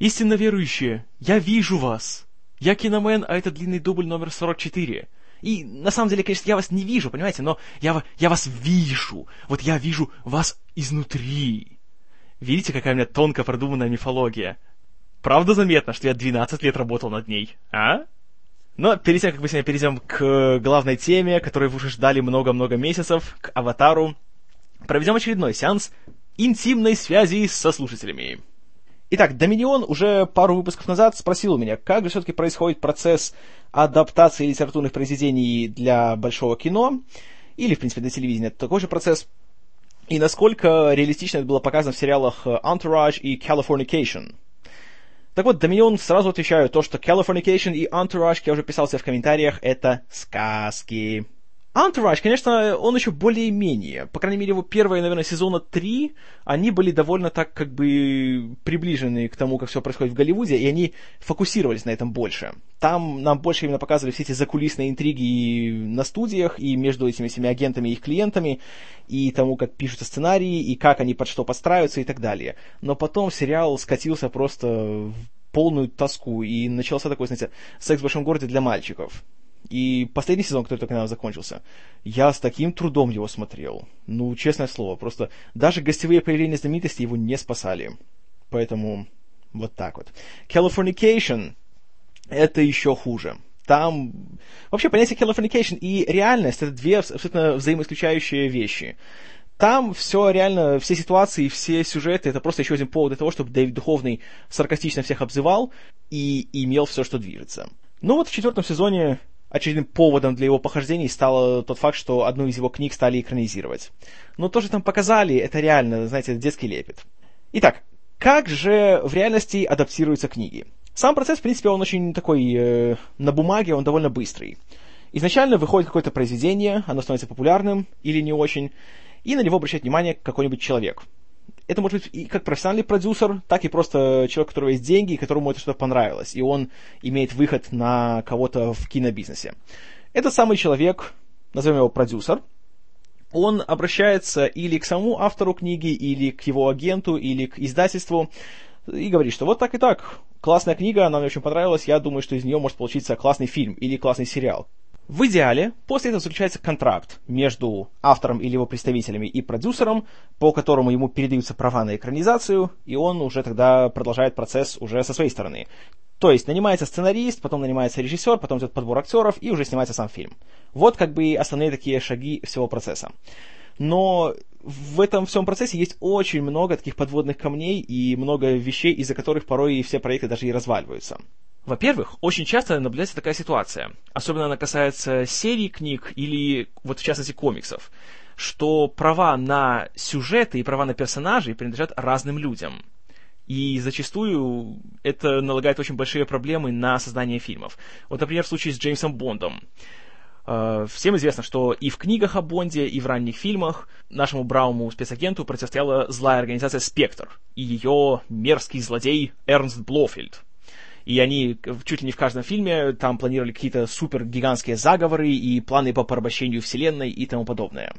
Истинно верующие, я вижу вас. Я Киномен, а это длинный дубль номер 44. И, на самом деле, конечно, я вас не вижу, понимаете, но я вас вижу. Вот я вижу вас изнутри. Видите, какая у меня тонко продуманная мифология? Правда заметно, что я 12 лет работал над ней, а? Но перед тем, как мы сегодня перейдем к главной теме, которую вы уже ждали много-много месяцев, к «Аватару», проведем очередной сеанс интимной связи со слушателями. Итак, Доминион уже пару выпусков назад спросил у меня, как же все-таки происходит процесс адаптации литературных произведений для большого кино, или, в принципе, для телевидения, это такой же процесс, и насколько реалистично это было показано в сериалах Entourage и Californication. Так вот, Доминион сразу отвечаю, то, что Californication и Entourage, как я уже писал себе в комментариях, это сказки. Entourage, конечно, он еще более-менее. По крайней мере, его первые, наверное, сезона 3, они были довольно так, как бы, приближены к тому, как все происходит в Голливуде, и они фокусировались на этом больше. Там нам больше именно показывали все эти закулисные интриги на студиях, и между этими всеми агентами и их клиентами, и тому, как пишутся сценарии, и как они под что подстраиваются и так далее. Но потом сериал скатился просто в полную тоску, и начался такой, знаете, секс в большом городе для мальчиков. И последний сезон, который только недавно закончился, я с таким трудом его смотрел. Ну, честное слово, просто даже гостевые появления знаменитостей его не спасали. Поэтому вот так вот. Californication — это еще хуже. Там... Вообще, понятие Californication и реальность — это две абсолютно взаимоисключающие вещи. Там все реально, все ситуации, все сюжеты — это просто еще один повод для того, чтобы Дэвид Духовный саркастично всех обзывал и имел все, что движется. Ну вот в 4 сезоне... Очередным поводом для его похождений стал тот факт, что одну из его книг стали экранизировать. Но то, что там показали, это реально, знаете, детский лепет. Итак, как же в реальности адаптируются книги? Сам процесс, в принципе, он очень такой, на бумаге он довольно быстрый. Изначально выходит какое-то произведение, оно становится популярным или не очень, и на него обращает внимание какой-нибудь человек. Это может быть и как профессиональный продюсер, так и просто человек, у которого есть деньги, которому это что-то понравилось, и он имеет выход на кого-то в кинобизнесе. Этот самый человек, назовем его продюсер, он обращается или к самому автору книги, или к его агенту, или к издательству, и говорит, что вот так и так, классная книга, она мне очень понравилась, я думаю, что из нее может получиться классный фильм или классный сериал. В идеале, после этого заключается контракт между автором или его представителями и продюсером, по которому ему передаются права на экранизацию, и он уже тогда продолжает процесс уже со своей стороны. То есть нанимается сценарист, потом нанимается режиссер, потом идет подбор актеров, и уже снимается сам фильм. Вот как бы основные такие шаги всего процесса. Но в этом всем процессе есть очень много таких подводных камней и много вещей, из-за которых порой все проекты даже и разваливаются. Во-первых, очень часто наблюдается такая ситуация, особенно она касается серий книг или, вот в частности, комиксов, что права на сюжеты и права на персонажей принадлежат разным людям. И зачастую это налагает очень большие проблемы на создание фильмов. Вот, например, в случае с Джеймсом Бондом. Всем известно, что и в книгах о Бонде, и в ранних фильмах нашему бравому спецагенту противостояла злая организация «Спектр» и ее мерзкий злодей Эрнст Блофельд. И они чуть ли не в каждом фильме там планировали какие-то супер-гигантские заговоры и планы по порабощению вселенной и тому подобное.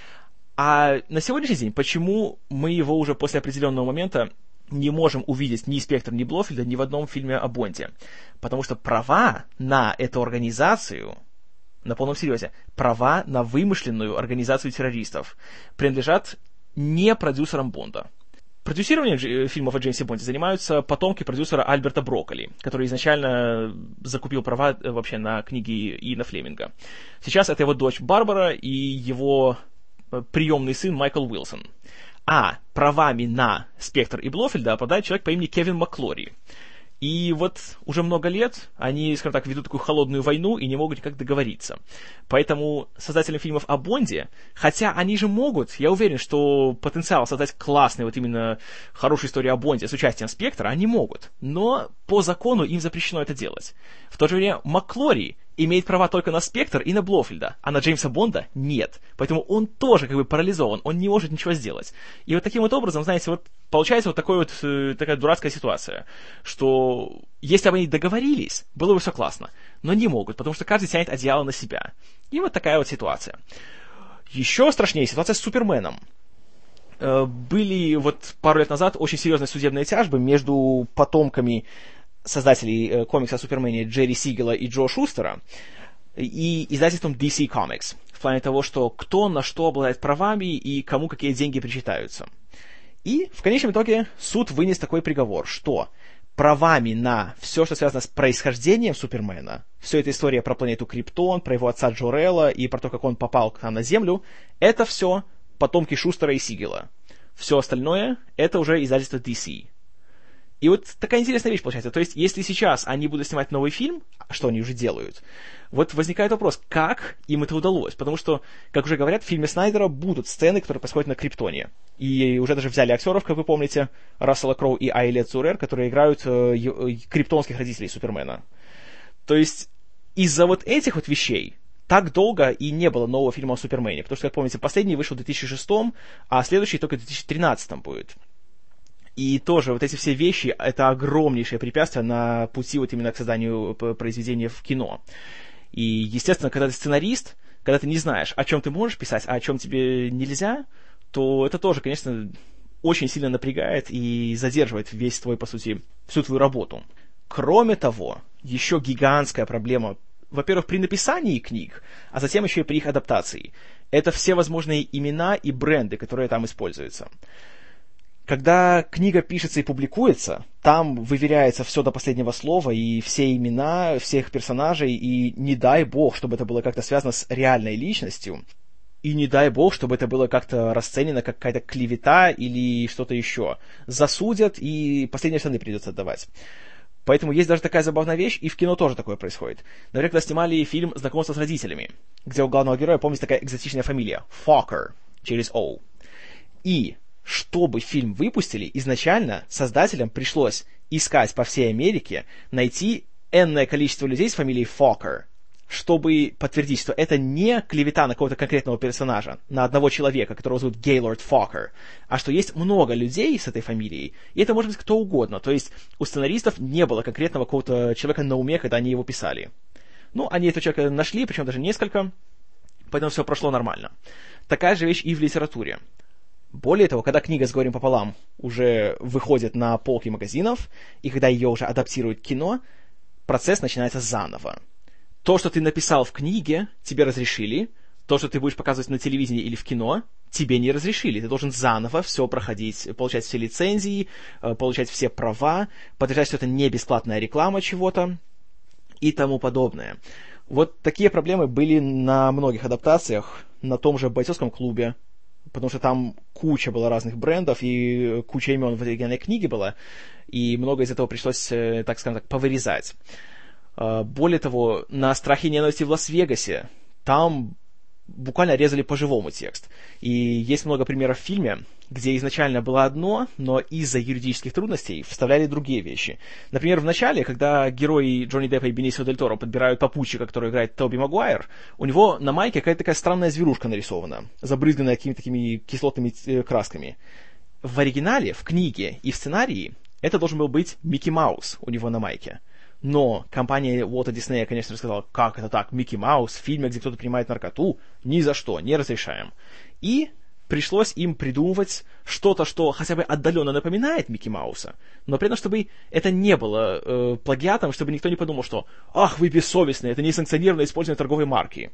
А на сегодняшний день почему мы его уже после определенного момента не можем увидеть ни «Спектр», ни Блофельда ни в одном фильме о Бонде? Потому что права на эту организацию, на полном серьезе, права на вымышленную организацию террористов принадлежат не продюсерам Бонда. Продюсированием фильмов о Джеймсе Бонде занимаются потомки продюсера Альберта Брокколи, который изначально закупил права вообще на книги Иэна Флеминга. Сейчас это его дочь Барбара и его приемный сын Майкл Уилсон. А правами на «Спектр» и Блофельда обладает человек по имени Кевин Маклори. И вот уже много лет они, скажем так, ведут такую холодную войну и не могут никак договориться. Поэтому создателям фильмов о Бонде, хотя они же могут, я уверен, что потенциал создать классную, вот именно хорошую историю о Бонде с участием «Спектра» они могут. Но по закону им запрещено это делать. В то же время Маклори имеет права только на «Спектр» и на Блофельда, а на Джеймса Бонда нет. Поэтому он тоже как бы парализован, он не может ничего сделать. И вот таким вот образом, знаете, вот получается вот такая дурацкая ситуация, что если бы они договорились, было бы все классно, но не могут, потому что каждый тянет одеяло на себя. И вот такая вот ситуация. Еще страшнее ситуация с Суперменом. Были вот пару лет назад очень серьезные судебные тяжбы между потомками создателей комикса о Супермене Джерри Сигела и Джо Шустера и издательством DC Comics, в плане того, что кто на что обладает правами и кому какие деньги причитаются. И в конечном итоге суд вынес такой приговор, что правами на все, что связано с происхождением Супермена, вся эта история про планету Криптон, про его отца Джор-Элла и про то, как он попал к нам на Землю, это все потомки Шустера и Сигела. Все остальное — это уже издательство DC. И вот такая интересная вещь получается. То есть, если сейчас они будут снимать новый фильм, что они уже делают, вот возникает вопрос, как им это удалось? Потому что, как уже говорят, в фильме Снайдера будут сцены, которые происходят на Криптоне. И уже даже взяли актеров, как вы помните, Рассела Кроу и Айлет Зурер, которые играют криптонских родителей Супермена. То есть, из-за вот этих вот вещей так долго и не было нового фильма о Супермене. Потому что, как помните, последний вышел в 2006, а следующий только в 2013 будет. И тоже вот эти все вещи — это огромнейшее препятствие на пути вот именно к созданию произведения в кино. И, естественно, когда ты сценарист, когда ты не знаешь, о чем ты можешь писать, а о чем тебе нельзя, то это тоже, конечно, очень сильно напрягает и задерживает весь твой, по сути, всю твою работу. Кроме того, еще гигантская проблема, во-первых, при написании книг, а затем еще и при их адаптации. Это все возможные имена и бренды, которые там используются. Когда книга пишется и публикуется, там выверяется все до последнего слова, и все имена всех персонажей, и не дай бог, чтобы это было как-то связано с реальной личностью, и не дай бог, чтобы это было как-то расценено как какая-то клевета или что-то еще. Засудят, и последние штаны придется отдавать. Поэтому есть даже такая забавная вещь, и в кино тоже такое происходит. Например, когда снимали фильм «Знакомство с родителями», где у главного героя, помните, такая экзотичная фамилия — Fokker, через O. И чтобы фильм выпустили, изначально создателям пришлось искать по всей Америке, найти энное количество людей с фамилией Fokker, чтобы подтвердить, что это не клевета на какого-то конкретного персонажа, на одного человека, которого зовут Гейлорд Fokker, а что есть много людей с этой фамилией, и это может быть кто угодно. То есть у сценаристов не было конкретного какого-то человека на уме, когда они его писали. Ну, они этого человека нашли, причем даже несколько, поэтому все прошло нормально. Такая же вещь и в литературе. Более того, когда книга «С горем пополам» уже выходит на полки магазинов, и когда ее уже адаптируют в кино, процесс начинается заново. То, что ты написал в книге, тебе разрешили. То, что ты будешь показывать на телевидении или в кино, тебе не разрешили. Ты должен заново все проходить, получать все лицензии, получать все права, подтверждать, что это не бесплатная реклама чего-то и тому подобное. Вот такие проблемы были на многих адаптациях, на том же «Бойцовском клубе», потому что там куча было разных брендов, и куча имен в оригинальной книге было, и много из этого пришлось, так скажем так, повырезать. Более того, на «Страхе и ненависти в Лас-Вегасе» там буквально резали по-живому текст. И есть много примеров в фильме, где изначально было одно, но из-за юридических трудностей вставляли другие вещи. Например, в начале, когда герои Джонни Деппа и Бенисио Дель Торо подбирают попутчика, который играет Тоби Магуайр, у него на майке какая-то такая странная зверушка нарисована, забрызганная какими-то такими кислотными красками. В оригинале, в книге и в сценарии это должен был быть Микки Маус у него на майке. Но компания Уолта Диснея, конечно, сказала, как это так, Микки Маус в фильме, где кто-то принимает наркоту, ни за что, не разрешаем. И пришлось им придумывать что-то, что хотя бы отдаленно напоминает Микки Мауса, но при этом, чтобы это не было плагиатом, чтобы никто не подумал, что «Ах, вы бессовестные, это несанкционированное использование торговой марки».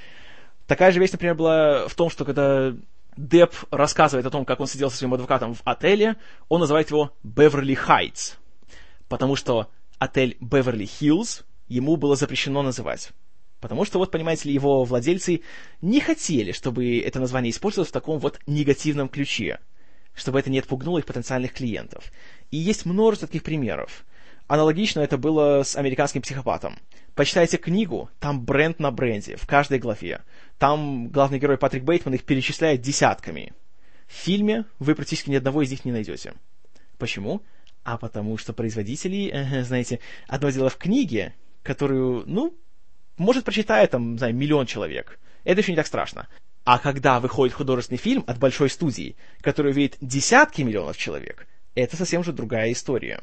Такая же вещь, например, была в том, что когда Депп рассказывает о том, как он сидел со своим адвокатом в отеле, он называет его «Беверли Хайтс», потому что отель Беверли-Хиллз ему было запрещено называть. Потому что, вот, понимаете ли, его владельцы не хотели, чтобы это название использовалось в таком вот негативном ключе, чтобы это не отпугнуло их потенциальных клиентов. И есть множество таких примеров. Аналогично это было с «Американским психопатом». Почитайте книгу, там бренд на бренде, в каждой главе. Там главный герой Патрик Бейтман их перечисляет десятками. В фильме вы практически ни одного из них не найдете. Почему? А потому что производители, знаете, одно дело в книге, которую, может, прочитает там, не знаю, 1 миллион человек. Это еще не так страшно. А когда выходит художественный фильм от большой студии, который видит десятки миллионов человек, это совсем же другая история.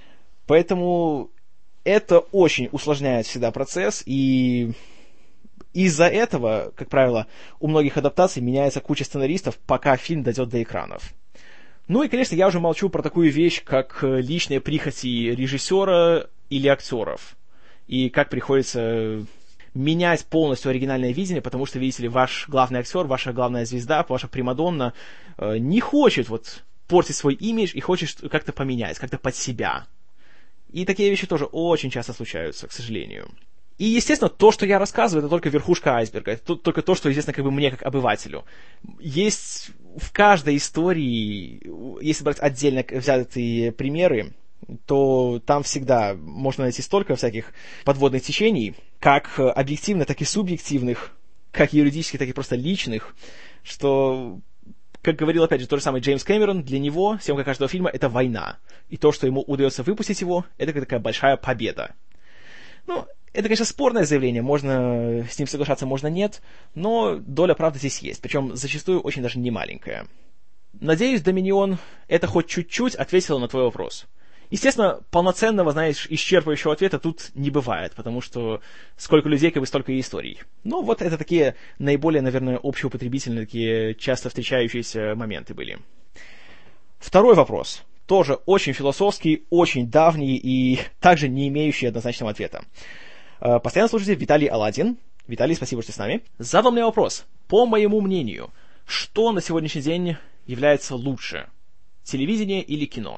Поэтому это очень усложняет всегда процесс, и из-за этого, как правило, у многих адаптаций меняется куча сценаристов, пока фильм дойдет до экранов. Ну и, конечно, я уже молчу про такую вещь, как личные прихоти режиссера или актеров. И как приходится менять полностью оригинальное видение, потому что, видите ли, ваш главный актер, ваша главная звезда, ваша примадонна не хочет вот портить свой имидж и хочет как-то поменять, как-то под себя. И такие вещи тоже очень часто случаются, к сожалению. И, естественно, то, что я рассказываю, это только верхушка айсберга. Это только то, что известно как бы мне, как обывателю. Есть в каждой истории, если брать отдельно взятые примеры, то там всегда можно найти столько всяких подводных течений, как объективных, так и субъективных, как юридических, так и просто личных, что, как говорил, опять же, тот же самый Джеймс Кэмерон, для него съемка каждого фильма — это война. И то, что ему удается выпустить его, это такая большая победа. Ну, это, конечно, спорное заявление, можно с ним соглашаться, можно нет, но доля правды здесь есть, причем зачастую очень даже немаленькая. Надеюсь, Доминион это хоть чуть-чуть ответило на твой вопрос. Естественно, полноценного, знаешь, исчерпывающего ответа тут не бывает, потому что сколько людей, как бы столько и историй. Но вот это такие наиболее, наверное, общеупотребительные, такие часто встречающиеся моменты были. Второй вопрос. Тоже очень философский, очень давний и также не имеющий однозначного ответа. Постоянный слушатель Виталий Аладдин. Виталий, спасибо, что ты с нами. Задал мне вопрос. По моему мнению, что на сегодняшний день является лучше? Телевидение или кино?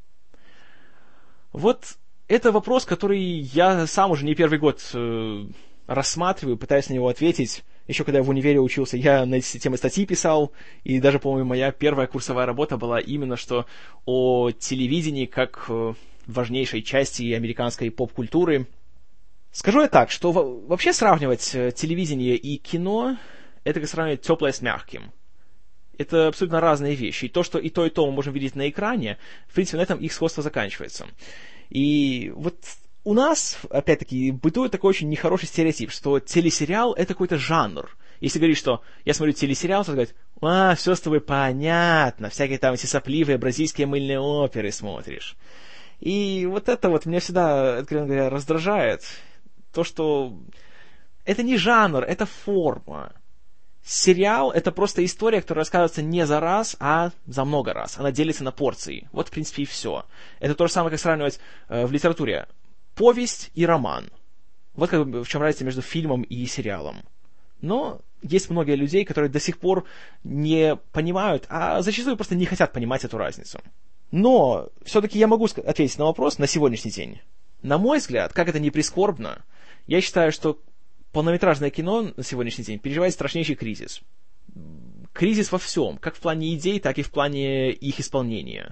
Вот это вопрос, который я сам уже не первый год рассматриваю, пытаюсь на него ответить. Еще когда я в универе учился, я на эти темы статьи писал, и даже, по-моему, моя первая курсовая работа была именно что о телевидении как важнейшей части американской поп-культуры. Скажу я так, что вообще сравнивать телевидение и кино — это как сравнивать теплое с мягким. Это абсолютно разные вещи. И то мы можем видеть на экране, в принципе, на этом их сходство заканчивается. И вот у нас, опять-таки, бытует такой очень нехороший стереотип, что телесериал — это какой-то жанр. Если говорить, что я смотрю телесериал, то говорят: все с тобой понятно, всякие там эти сопливые бразильские мыльные оперы смотришь. И вот это вот меня всегда, откровенно говоря, раздражает. То, что это не жанр, это форма. Сериал — это просто история, которая рассказывается не за раз, а за много раз. Она делится на порции. Вот, в принципе, и все. Это то же самое, как сравнивать в литературе повесть и роман. Вот как бы в чем разница между фильмом и сериалом. Но есть много людей, которые до сих пор не понимают, а зачастую просто не хотят понимать эту разницу. Но все-таки я могу ответить на вопрос на сегодняшний день. На мой взгляд, как это ни прискорбно, я считаю, что полнометражное кино на сегодняшний день переживает страшнейший кризис. Кризис во всем, как в плане идей, так и в плане их исполнения.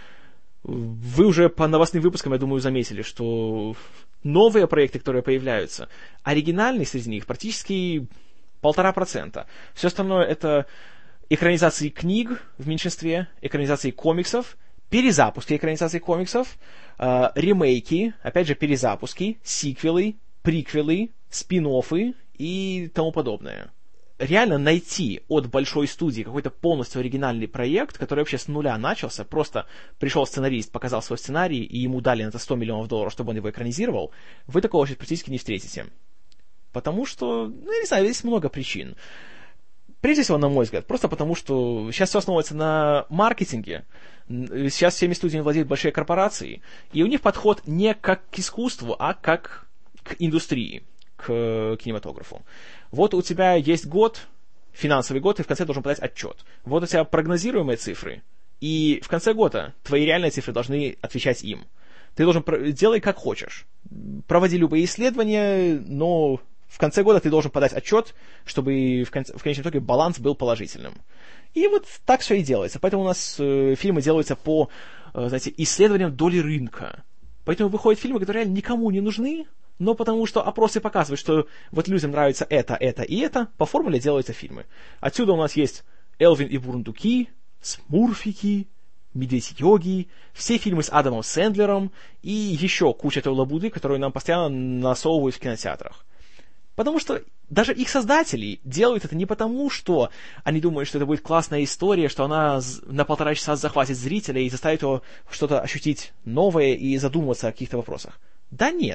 Вы уже по новостным выпускам, я думаю, заметили, что новые проекты, которые появляются, оригинальных среди них практически 1,5%. Все остальное — это экранизации книг в меньшинстве, экранизации комиксов, перезапуски экранизаций комиксов, ремейки, опять же, перезапуски, сиквелы, приквелы, спин-оффы и тому подобное. Реально найти от большой студии какой-то полностью оригинальный проект, который вообще с нуля начался, просто пришел сценарист, показал свой сценарий, и ему дали на это $100 миллионов, чтобы он его экранизировал, вы такого сейчас практически не встретите. Потому что, я не знаю, есть много причин. Прежде всего, на мой взгляд, просто потому, что сейчас все основывается на маркетинге. Сейчас всеми студиями владеют большие корпорации, и у них подход не как к искусству, а как к индустрии, к кинематографу. Вот у тебя есть год, финансовый год, и в конце должен подать отчет. Вот у тебя прогнозируемые цифры, и в конце года твои реальные цифры должны отвечать им. Ты должен делай как хочешь. Проводи любые исследования, но в конце года ты должен подать отчет, чтобы в конечном итоге баланс был положительным. И вот так все и делается. Поэтому у нас фильмы делаются по, знаете, исследованиям доли рынка. Поэтому выходят фильмы, которые реально никому не нужны, но потому что опросы показывают, что вот людям нравится это и это, по формуле делаются фильмы. Отсюда у нас есть «Элвин и Бурундуки», «Смурфики», «Медведь-йоги», все фильмы с Адамом Сэндлером и еще куча той лабуды, которую нам постоянно насовывают в кинотеатрах. Потому что даже их создатели делают это не потому, что они думают, что это будет классная история, что она на 1,5 часа захватит зрителя и заставит его что-то ощутить новое и задумываться о каких-то вопросах. Да нет.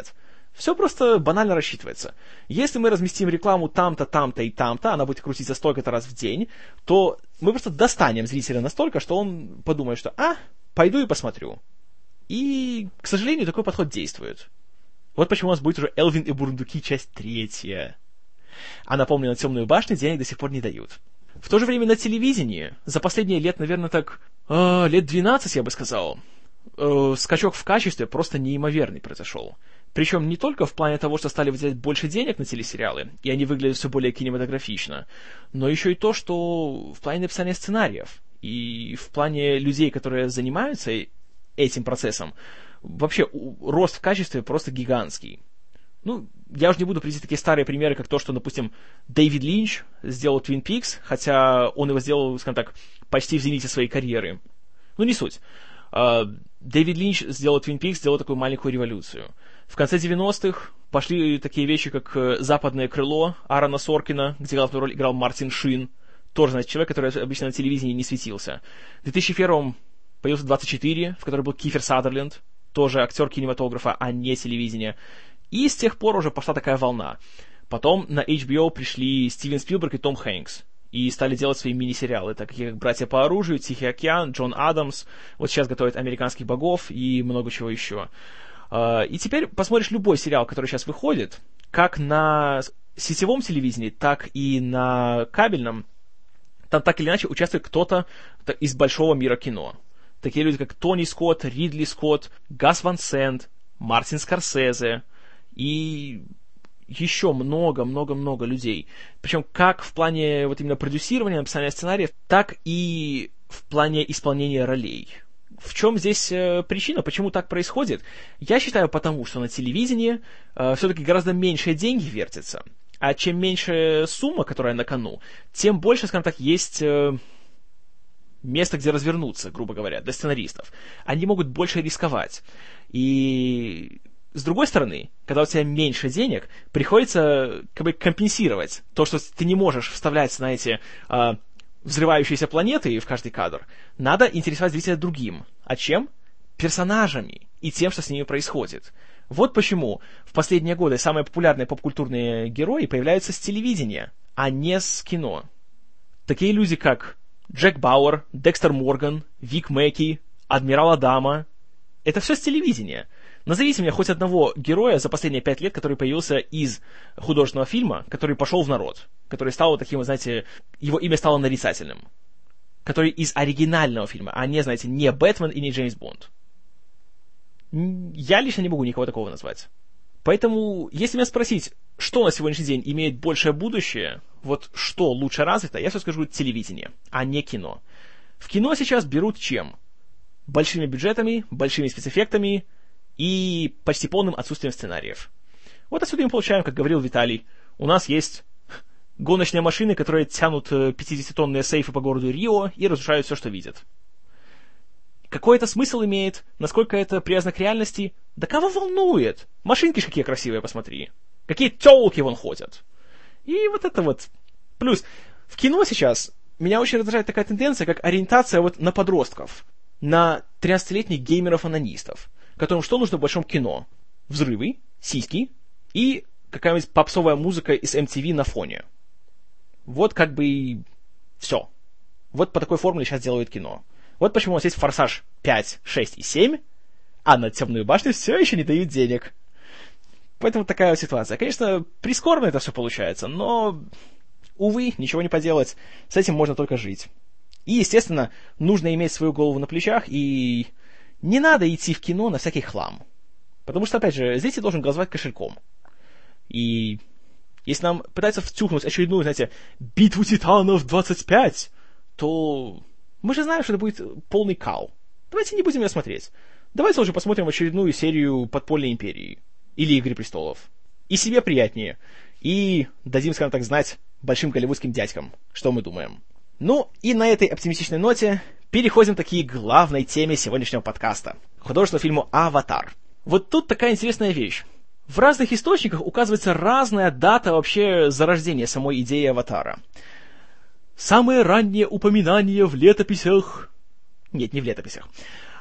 Все просто банально рассчитывается. Если мы разместим рекламу там-то, там-то и там-то, она будет крутиться столько-то раз в день, то мы просто достанем зрителя настолько, что он подумает, что пойду и посмотрю. И, к сожалению, такой подход действует. Вот почему у нас будет уже «Элвин и Бурундуки», часть 3. А напомню, на «Темную башню» денег до сих пор не дают. В то же время на телевидении за последние лет, наверное, лет 12, я бы сказал, скачок в качестве просто неимоверный произошел. Причем не только в плане того, что стали выделять больше денег на телесериалы, и они выглядят все более кинематографично, но еще и то, что в плане написания сценариев и в плане людей, которые занимаются этим процессом, вообще рост в качестве просто гигантский. Ну, я уже не буду приводить такие старые примеры, как то, что, допустим, Дэвид Линч сделал Twin Peaks, хотя он его сделал, скажем так, почти в зените своей карьеры. Ну, не суть. Дэвид Линч сделал Twin Peaks, сделал такую маленькую революцию. В конце 90-х пошли такие вещи, как «Западное крыло» Аарона Соркина, где главную роль играл Мартин Шин. Тоже, знаете, человек, который обычно на телевидении не светился. В 2001-м появился «24», в котором был Кифер Садерленд, тоже актер кинематографа, а не телевидения. И с тех пор уже пошла такая волна. Потом на HBO пришли Стивен Спилберг и Том Хэнкс. И стали делать свои мини-сериалы, такие как «Братья по оружию», «Тихий океан», «Джон Адамс». Вот сейчас готовят «Американских богов» и много чего еще. И теперь посмотришь любой сериал, который сейчас выходит, как на сетевом телевидении, так и на кабельном, там так или иначе участвует кто-то из большого мира кино. Такие люди, как Тони Скотт, Ридли Скотт, Гас Ван Сент, Мартин Скорсезе и еще много-много-много людей. Причем как в плане вот именно продюсирования, написания сценариев, так и в плане исполнения ролей. В чем здесь причина, почему так происходит? Я считаю, потому что на телевидении все-таки гораздо меньше деньги вертятся. А чем меньше сумма, которая на кону, тем больше, скажем так, есть место, где развернуться, грубо говоря, для сценаристов. Они могут больше рисковать. И с другой стороны, когда у тебя меньше денег, приходится как бы компенсировать то, что ты не можешь вставлять на эти взрывающиеся планеты в каждый кадр. Надо интересовать зрителя другим. А чем? Персонажами и тем, что с ними происходит. Вот почему в последние годы самые популярные попкультурные герои появляются с телевидения, а не с кино. Такие люди, как Джек Бауэр, Декстер Морган, Вик Мэкки, Адмирал Адама. Это все с телевидения. Назовите мне хоть одного героя за последние 5 лет, который появился из художественного фильма, который пошел в народ, который стал таким, вы знаете, его имя стало нарицательным. Который из оригинального фильма, а не, знаете, не Бэтмен и не Джеймс Бонд. Я лично не могу никого такого назвать. Поэтому, если меня спросить, что на сегодняшний день имеет большее будущее, вот что лучше развито, я все скажу телевидение, а не кино. В кино сейчас берут чем? Большими бюджетами, большими спецэффектами и почти полным отсутствием сценариев. Вот отсюда мы получаем, как говорил Виталий, у нас есть гоночные машины, которые тянут 50-тонные сейфы по городу Рио и разрушают все, что видят. Какой это смысл имеет? Насколько это привязано к реальности? Да кого волнует? Машинки ж какие красивые, посмотри. Какие тёлки вон ходят. И вот это вот. Плюс, в кино сейчас меня очень раздражает такая тенденция, как ориентация вот на подростков. На 13-летних геймеров-анонистов. Которым что нужно в большом кино? Взрывы, сиськи и какая-нибудь попсовая музыка из MTV на фоне. Вот как бы и все. Вот по такой формуле сейчас делают кино. Вот почему у нас есть «Форсаж» 5, 6 и 7, а на «Темную башню» все еще не дают денег. Поэтому такая вот ситуация. Конечно, прискорбно это все получается, но, увы, ничего не поделать. С этим можно только жить. И, естественно, нужно иметь свою голову на плечах, и не надо идти в кино на всякий хлам. Потому что, опять же, зритель должен голосовать кошельком. И если нам пытаются втюхнуть очередную, знаете, «Битву титанов 25», то мы же знаем, что это будет полный кал. Давайте не будем ее смотреть. Давайте лучше посмотрим очередную серию «Подпольной империи» или «Игры престолов». И себе приятнее. И дадим, скажем так, знать большим голливудским дядькам, что мы думаем. Ну, и на этой оптимистичной ноте переходим таки к главной теме сегодняшнего подкаста. Художественному фильму «Аватар». Вот тут такая интересная вещь. В разных источниках указывается разная дата вообще зарождения самой идеи «Аватара». Самые ранние упоминания в летописях... Нет, не в летописях.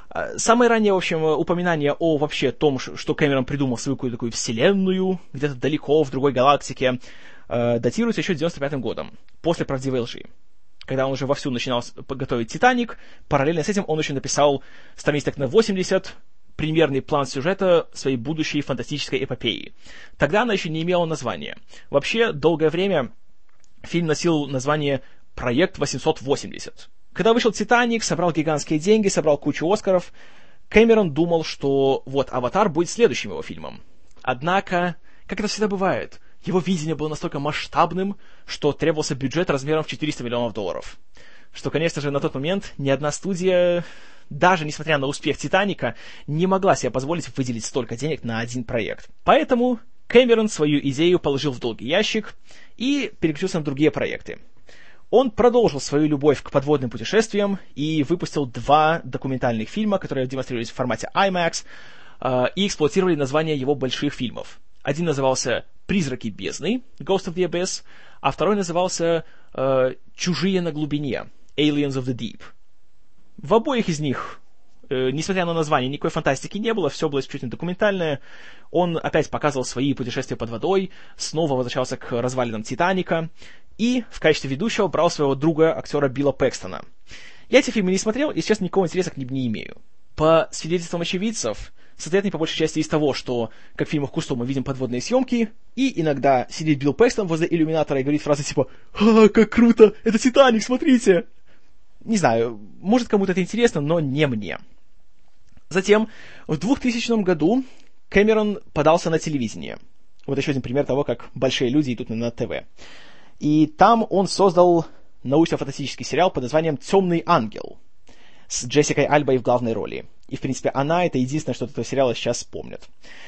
Самое раннее, в общем, упоминание о вообще том, что Кэмерон придумал свою какую-то такую вселенную, где-то далеко, в другой галактике, датируется еще 95-м годом, после «Правдивой лжи». Когда он уже вовсю начинал готовить «Титаник», параллельно с этим он еще написал страниц на 80 примерный план сюжета своей будущей фантастической эпопеи. Тогда она еще не имела названия. Вообще, долгое время фильм носил название «Проект 880». Когда вышел «Титаник», собрал гигантские деньги, собрал кучу Оскаров, Кэмерон думал, что вот «Аватар» будет следующим его фильмом. Однако, как это всегда бывает, его видение было настолько масштабным, что требовался бюджет размером в $400 миллионов. Что, конечно же, на тот момент ни одна студия, даже несмотря на успех «Титаника», не могла себе позволить выделить столько денег на один проект. Поэтому Кэмерон свою идею положил в долгий ящик и переключился на другие проекты. Он продолжил свою любовь к подводным путешествиям и выпустил 2 документальных фильма, которые демонстрировались в формате IMAX и эксплуатировали названия его больших фильмов. Один назывался «Призраки бездны» Ghost of the Abyss, а второй назывался «Чужие на глубине» Aliens of the Deep. В обоих из них, несмотря на название, никакой фантастики не было, все было исключительно документальное. Он опять показывал свои путешествия под водой, снова возвращался к развалинам «Титаника» и в качестве ведущего брал своего друга, актера Билла Пэкстона. Я эти фильмы не смотрел и, честно, никакого интереса к ним не имею. По свидетельствам очевидцев, состоят они по большей части из того, что, как в фильмах Кусто, мы видим подводные съемки, и иногда сидит Билл Пэкстон возле иллюминатора и говорит фразы типа «А, как круто! Это «Титаник», смотрите!» Не знаю, может кому-то это интересно, но не мне. Затем, в 2000 году Кэмерон подался на телевидение. Вот еще один пример того, как большие люди идут на ТВ. И там он создал научно-фантастический сериал под названием «Темный ангел» с Джессикой Альбой в главной роли. И, в принципе, она — это единственное, что от этого сериала сейчас помнят.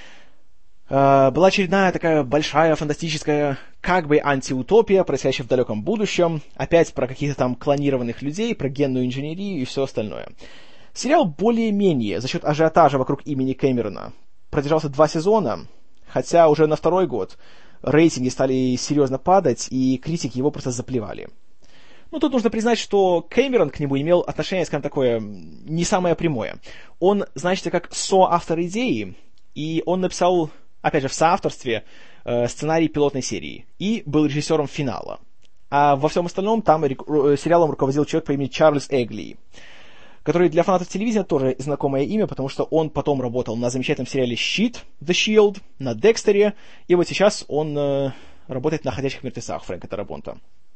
Была очередная такая большая фантастическая как бы антиутопия, происходящая в далеком будущем. Опять про каких-то там клонированных людей, про генную инженерию и все остальное. Сериал более-менее, за счет ажиотажа вокруг имени Кэмерона, продержался 2 сезона, хотя уже на 2-й год рейтинги стали серьезно падать, и критики его просто заплевали. Ну, тут нужно признать, что Кэмерон к нему имел отношение, скажем, такое, не самое прямое. Он, знаете, как соавтор идеи, и он написал, опять же, в соавторстве сценарий пилотной серии, и был режиссером финала. А во всем остальном там сериалом руководил человек по имени Чарльз Эгли, который для фанатов телевидения тоже знакомое имя, потому что он потом работал на замечательном сериале «Щит», «The Shield», на «Декстере», и вот сейчас он работает на «Ходячих мертвецах» Фрэнка Тарабонта.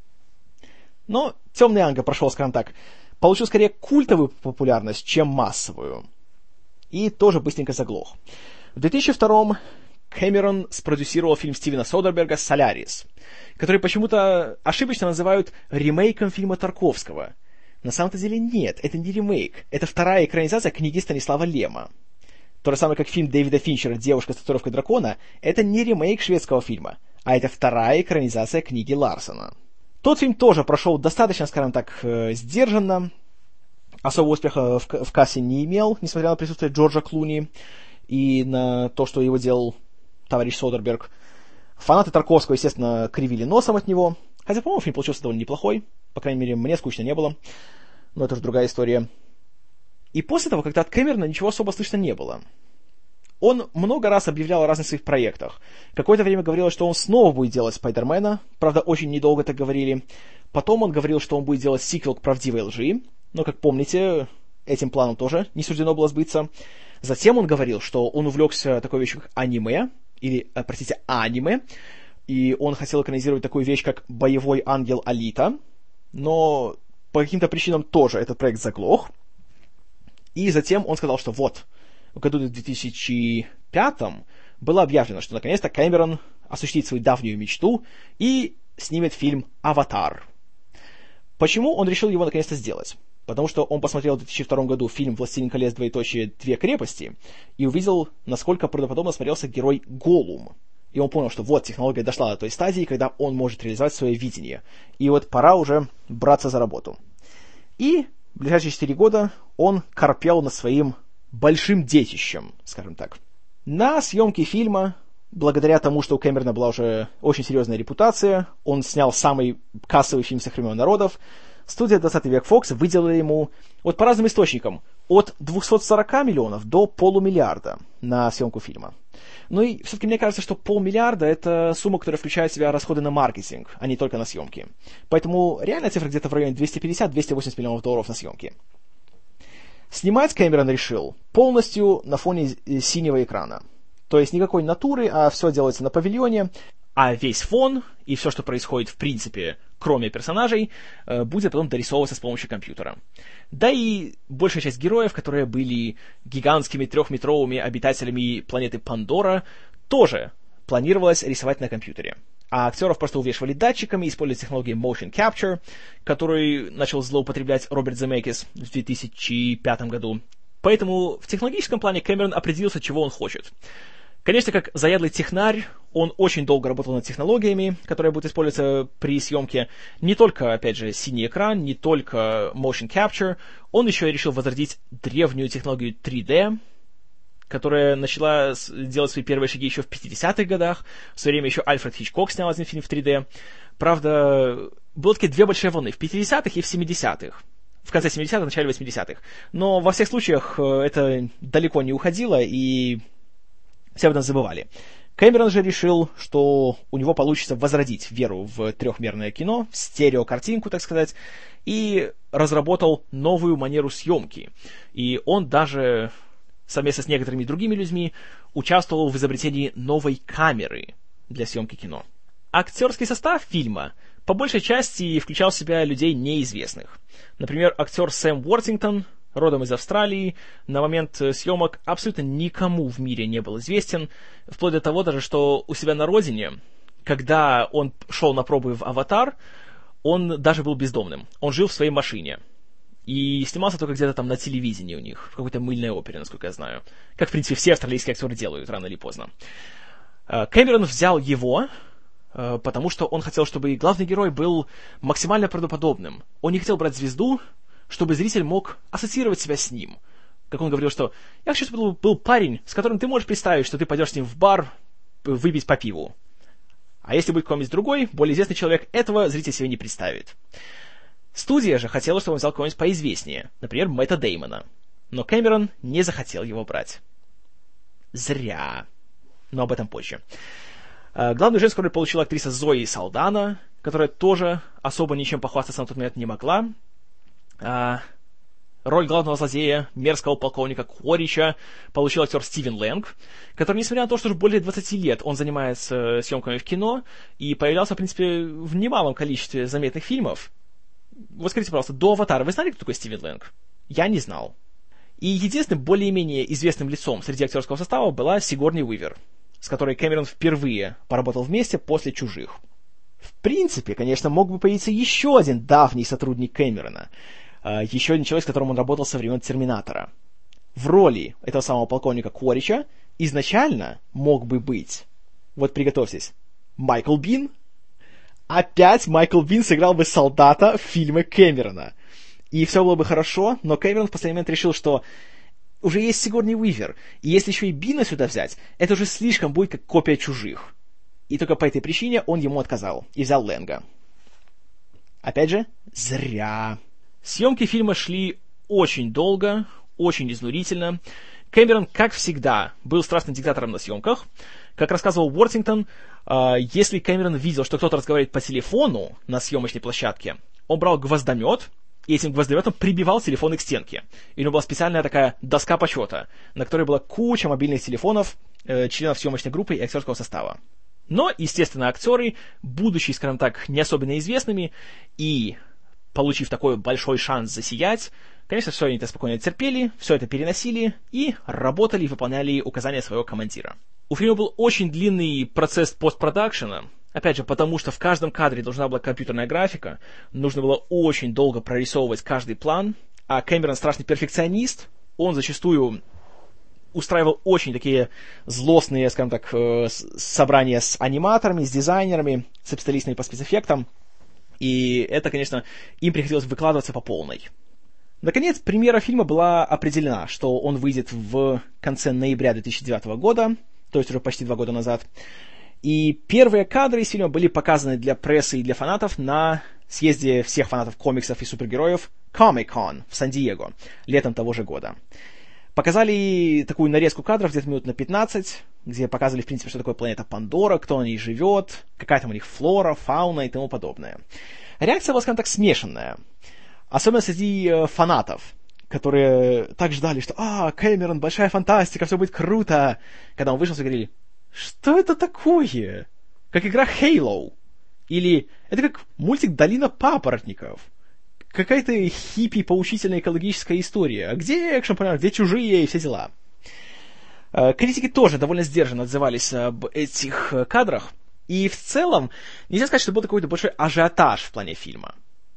Но «Темный ангел» прошел, скажем так, получил скорее культовую популярность, чем массовую. И тоже быстренько заглох. В 2002-м Кэмерон спродюсировал фильм Стивена Содерберга «Солярис», который почему-то ошибочно называют ремейком фильма Тарковского. На самом-то деле нет, это не ремейк, это вторая экранизация книги Станислава Лема. То же самое, как фильм Дэвида Финчера «Девушка с татуировкой дракона», это не ремейк шведского фильма, а это вторая экранизация книги Ларсона. Тот фильм тоже прошел достаточно, скажем так, сдержанно, особого успеха в кассе не имел, несмотря на присутствие Джорджа Клуни и на то, что его делал товарищ Содерберг. Фанаты Тарковского, естественно, кривили носом от него, хотя, по-моему, фильм получился довольно неплохой, по крайней мере, мне скучно не было, но это уже другая история. И после того, когда от Кэмерона ничего особо слышно не было. Он много раз объявлял о разных своих проектах. Какое-то время говорилось, что он снова будет делать Спайдермена, правда, очень недолго так говорили. Потом он говорил, что он будет делать сиквел к «Правдивой лжи», но, как помните, этим планом тоже не суждено было сбыться. Затем он говорил, что он увлекся такой вещью, как аниме, аниме, и он хотел экранизировать такую вещь, как «Боевой ангел Алита», но по каким-то причинам тоже этот проект заглох. И затем он сказал, что вот, в году 2005 было объявлено, что наконец-то Кэмерон осуществит свою давнюю мечту и снимет фильм «Аватар». Почему он решил его наконец-то сделать? Потому что он посмотрел в 2002 году фильм «Властелин колец. Две крепости» и увидел, насколько правдоподобно смотрелся герой Голлум. И он понял, что вот, технология дошла до той стадии, когда он может реализовать свое видение. И вот пора уже браться за работу. И в ближайшие 4 года он корпел над своим большим детищем, скажем так. На съемке фильма, благодаря тому, что у Кэмерона была уже очень серьезная репутация, он снял самый кассовый фильм всех времен народов, студия «20 век Fox» выделила ему, вот по разным источникам, от 240 миллионов до полумиллиарда на съемку фильма. Ну и все-таки мне кажется, что полмиллиарда — это сумма, которая включает в себя расходы на маркетинг, а не только на съемки. Поэтому реальная цифра где-то в районе 250-280 миллионов долларов на съемки. Снимать Кэмерон решил полностью на фоне синего экрана. То есть никакой натуры, а все делается на павильоне, а весь фон и все, что происходит в принципе, кроме персонажей, будет потом дорисовываться с помощью компьютера. Да и большая часть героев, которые были гигантскими трехметровыми обитателями планеты Пандора, тоже планировалось рисовать на компьютере. А актеров просто увешивали датчиками, используя технологию Motion Capture, которую начал злоупотреблять Роберт Земекис в 2005 году. Поэтому в технологическом плане Кэмерон определился, чего он хочет. Конечно, как заядлый технарь, он очень долго работал над технологиями, которые будут использоваться при съемке. Не только, опять же, синий экран, не только Motion Capture, он еще и решил возродить древнюю технологию 3D, которая начала делать свои первые шаги еще в 50-х годах. В свое время еще Альфред Хичкок снял один фильм в 3D. Правда, было такие две большие волны, в 50-х и в 70-х. В конце 70-х, начале 80-х. Но во всех случаях это далеко не уходило, и все об этом забывали. Кэмерон же решил, что у него получится возродить веру в трехмерное кино, в стереокартинку, так сказать, и разработал новую манеру съемки. И он даже совместно с некоторыми другими людьми участвовал в изобретении новой камеры для съемки кино. Актерский состав фильма по большей части включал в себя людей неизвестных. Например, актер Сэм Уортингтон, родом из Австралии, на момент съемок абсолютно никому в мире не был известен, вплоть до того даже, что у себя на родине, когда он шел на пробы в «Аватар», он даже был бездомным. Он жил в своей машине. И снимался только где-то там на телевидении у них, в какой-то мыльной опере, насколько я знаю. Как, в принципе, все австралийские актеры делают, рано или поздно. Кэмерон взял его, потому что он хотел, чтобы главный герой был максимально правдоподобным. Он не хотел брать звезду, чтобы зритель мог ассоциировать себя с ним. Как он говорил, что «я хочу, чтобы был парень, с которым ты можешь представить, что ты пойдешь с ним в бар выпить по пиву». А если будет какой-нибудь другой, более известный человек, этого зритель себе не представит. Студия же хотела, чтобы он взял кого-нибудь поизвестнее, например, Мэтта Деймона. Но Кэмерон не захотел его брать. Зря. Но об этом позже. Главную женскую роль получила актриса Зои Салдана, которая тоже особо ничем похвастаться на тот момент не могла. Роль главного злодея, мерзкого полковника Кворича, получил актер Стивен Лэнг, который, несмотря на то, что уже более 20 лет он занимается съемками в кино и появлялся, в принципе, в немалом количестве заметных фильмов. Вот скажите, пожалуйста, до «Аватара» вы знали, кто такой Стивен Лэнг? Я не знал. И единственным более-менее известным лицом среди актерского состава была Сигурни Уивер, с которой Кэмерон впервые поработал вместе после «Чужих». В принципе, конечно, мог бы появиться еще один давний сотрудник Кэмерона, еще один человек, с которым он работал со времен «Терминатора». В роли этого самого полковника Кворича изначально мог бы быть, вот приготовьтесь, Майкл Бин. Опять Майкл Бин сыграл бы солдата в фильме Кэмерона. И все было бы хорошо, но Кэмерон в последний момент решил, что уже есть Сигурни Уивер, и если еще и Бина сюда взять, это уже слишком будет как копия «Чужих». И только по этой причине он ему отказал и взял Лэнга. Опять же, зря. Съемки фильма шли очень долго, очень изнурительно. Кэмерон, как всегда, был страстным диктатором на съемках. Как рассказывал Уортингтон, если Кэмерон видел, что кто-то разговаривает по телефону на съемочной площадке, он брал гвоздомет и этим гвоздометом прибивал телефоны к стенке. И у него была специальная такая доска почета, на которой была куча мобильных телефонов членов съемочной группы и актерского состава. Но, естественно, актеры, будучи, скажем так, не особенно известными и получив такой большой шанс засиять, конечно, все они это спокойно терпели, все это переносили и работали и выполняли указания своего командира. У фильма был очень длинный процесс постпродакшена, опять же, потому что в каждом кадре должна была компьютерная графика, нужно было очень долго прорисовывать каждый план, а Кэмерон страшный перфекционист, он зачастую устраивал очень такие злостные, скажем так, собрания с аниматорами, с дизайнерами, с специалистами по спецэффектам, и это, конечно, им приходилось выкладываться по полной. Наконец, премьера фильма была определена, что он выйдет в конце ноября 2009 года, то есть уже почти 2 года назад. И первые кадры из фильма были показаны для прессы и для фанатов на съезде всех фанатов комиксов и супергероев Comic-Con в Сан-Диего летом того же года. Показали такую нарезку кадров, где-то минут на 15, где показывали, в принципе, что такое планета Пандора, кто на ней живет, какая там у них флора, фауна и тому подобное. Реакция была, скажем так, смешанная. Особенно среди фанатов, которые так ждали, что Кэмерон, большая фантастика, все будет круто. Когда он вышел, все говорили, что это такое? Как игра Halo. Или это как мультик «Долина папоротников». Какая-то хиппи-поучительная экологическая история. Где экшен, где чужие и все дела. Критики тоже довольно сдержанно отзывались об этих кадрах. И в целом, нельзя сказать, что был какой-то большой ажиотаж в плане фильма.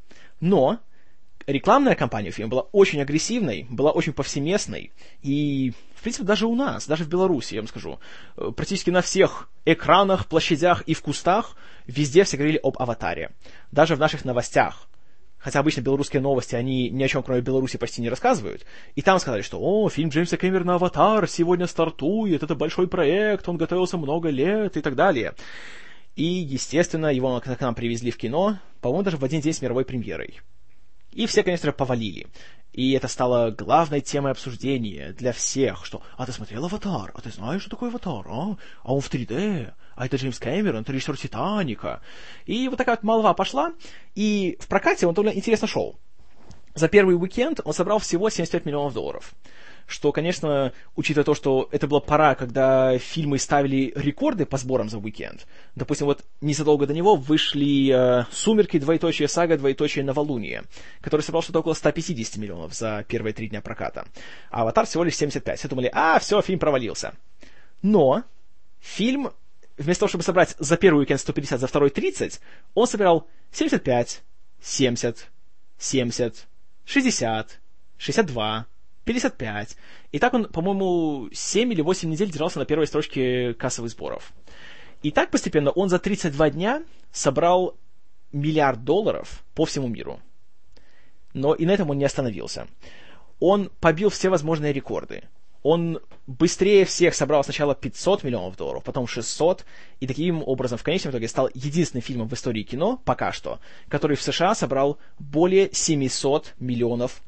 Но рекламная кампания фильма была очень агрессивной, была очень повсеместной. И, в принципе, даже у нас, даже в Беларуси, я вам скажу, практически на всех экранах, площадях и в кустах везде все говорили об «Аватаре». Даже в наших новостях. Хотя обычно белорусские новости, они ни о чем, кроме Беларуси, почти не рассказывают. И там сказали, что фильм Джеймса Кэмерона «Аватар» сегодня стартует, это большой проект, он готовился много лет и так далее. И, естественно, его к нам привезли в кино, по-моему, даже в один день с мировой премьерой. И все, конечно же, повалили. И это стало главной темой обсуждения для всех, что ты смотрел «Аватар», а ты знаешь, что такое «Аватар», а он в 3D, а это Джеймс Кэмерон, это режиссер «Титаника». И вот такая вот молва пошла, и в прокате он довольно интересно шел. За первый уикенд он собрал всего $75 миллионов. Что, конечно, учитывая то, что это была пора, когда фильмы ставили рекорды по сборам за уикенд. Допустим, вот незадолго до него вышли «Сумерки», «Сага», «Новолуние», который собрал что-то около 150 миллионов за первые 3 дня проката. А «Аватар» всего лишь 75. Все думали, все, фильм провалился. Но фильм, вместо того, чтобы собрать за первый уикенд 150, за второй 30, он собирал 75, 70, 70, 60, 62... 55. И так он, по-моему, 7 или 8 недель держался на первой строчке кассовых сборов. И так постепенно он за 32 дня собрал $1 миллиард по всему миру. Но и на этом он не остановился. Он побил все возможные рекорды. Он быстрее всех собрал сначала $500 миллионов, потом 600, и таким образом в конечном итоге стал единственным фильмом в истории кино, пока что, который в США собрал более $700 миллионов.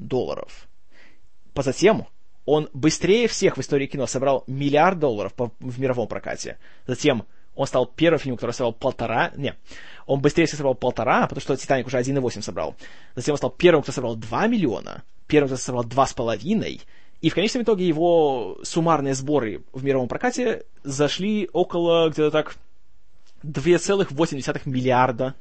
Затем он быстрее всех в истории кино собрал $1 миллиард в мировом прокате. Затем он стал первым фильмом, который собрал он быстрее всех собрал 1,5, потому что «Титаник» уже 1,8 собрал. Затем он стал первым, кто собрал 2 миллиона, первым, кто собрал 2,5, и в конечном итоге его суммарные сборы в мировом прокате зашли около где-то так $2,8 миллиарда.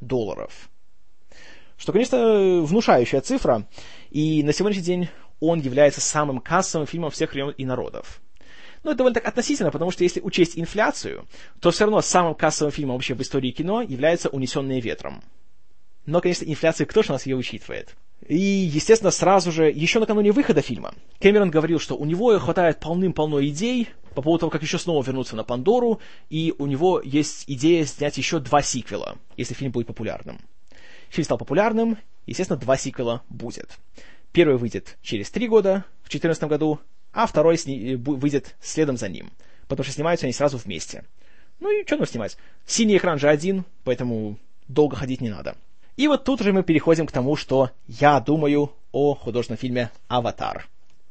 Что, конечно, внушающая цифра, и на сегодняшний день он является самым кассовым фильмом всех времен и народов. Но это довольно так относительно, потому что если учесть инфляцию, то все равно самым кассовым фильмом вообще в истории кино является «Унесенные ветром». Но, конечно, инфляция, кто же у нас ее учитывает? И, естественно, сразу же, еще накануне выхода фильма, Кэмерон говорил, что у него хватает полным-полно идей по поводу того, как еще снова вернуться на Пандору, и у него есть идея снять еще 2 сиквела, если фильм будет популярным. Фильм стал популярным, естественно, 2 сиквела будет. Первый выйдет через 3 года, в 2014 году, а второй выйдет следом за ним, потому что снимаются они сразу вместе. Ну и что нужно снимать? Синий экран же один, поэтому долго ходить не надо. И вот тут же мы переходим к тому, что я думаю о художественном фильме «Аватар».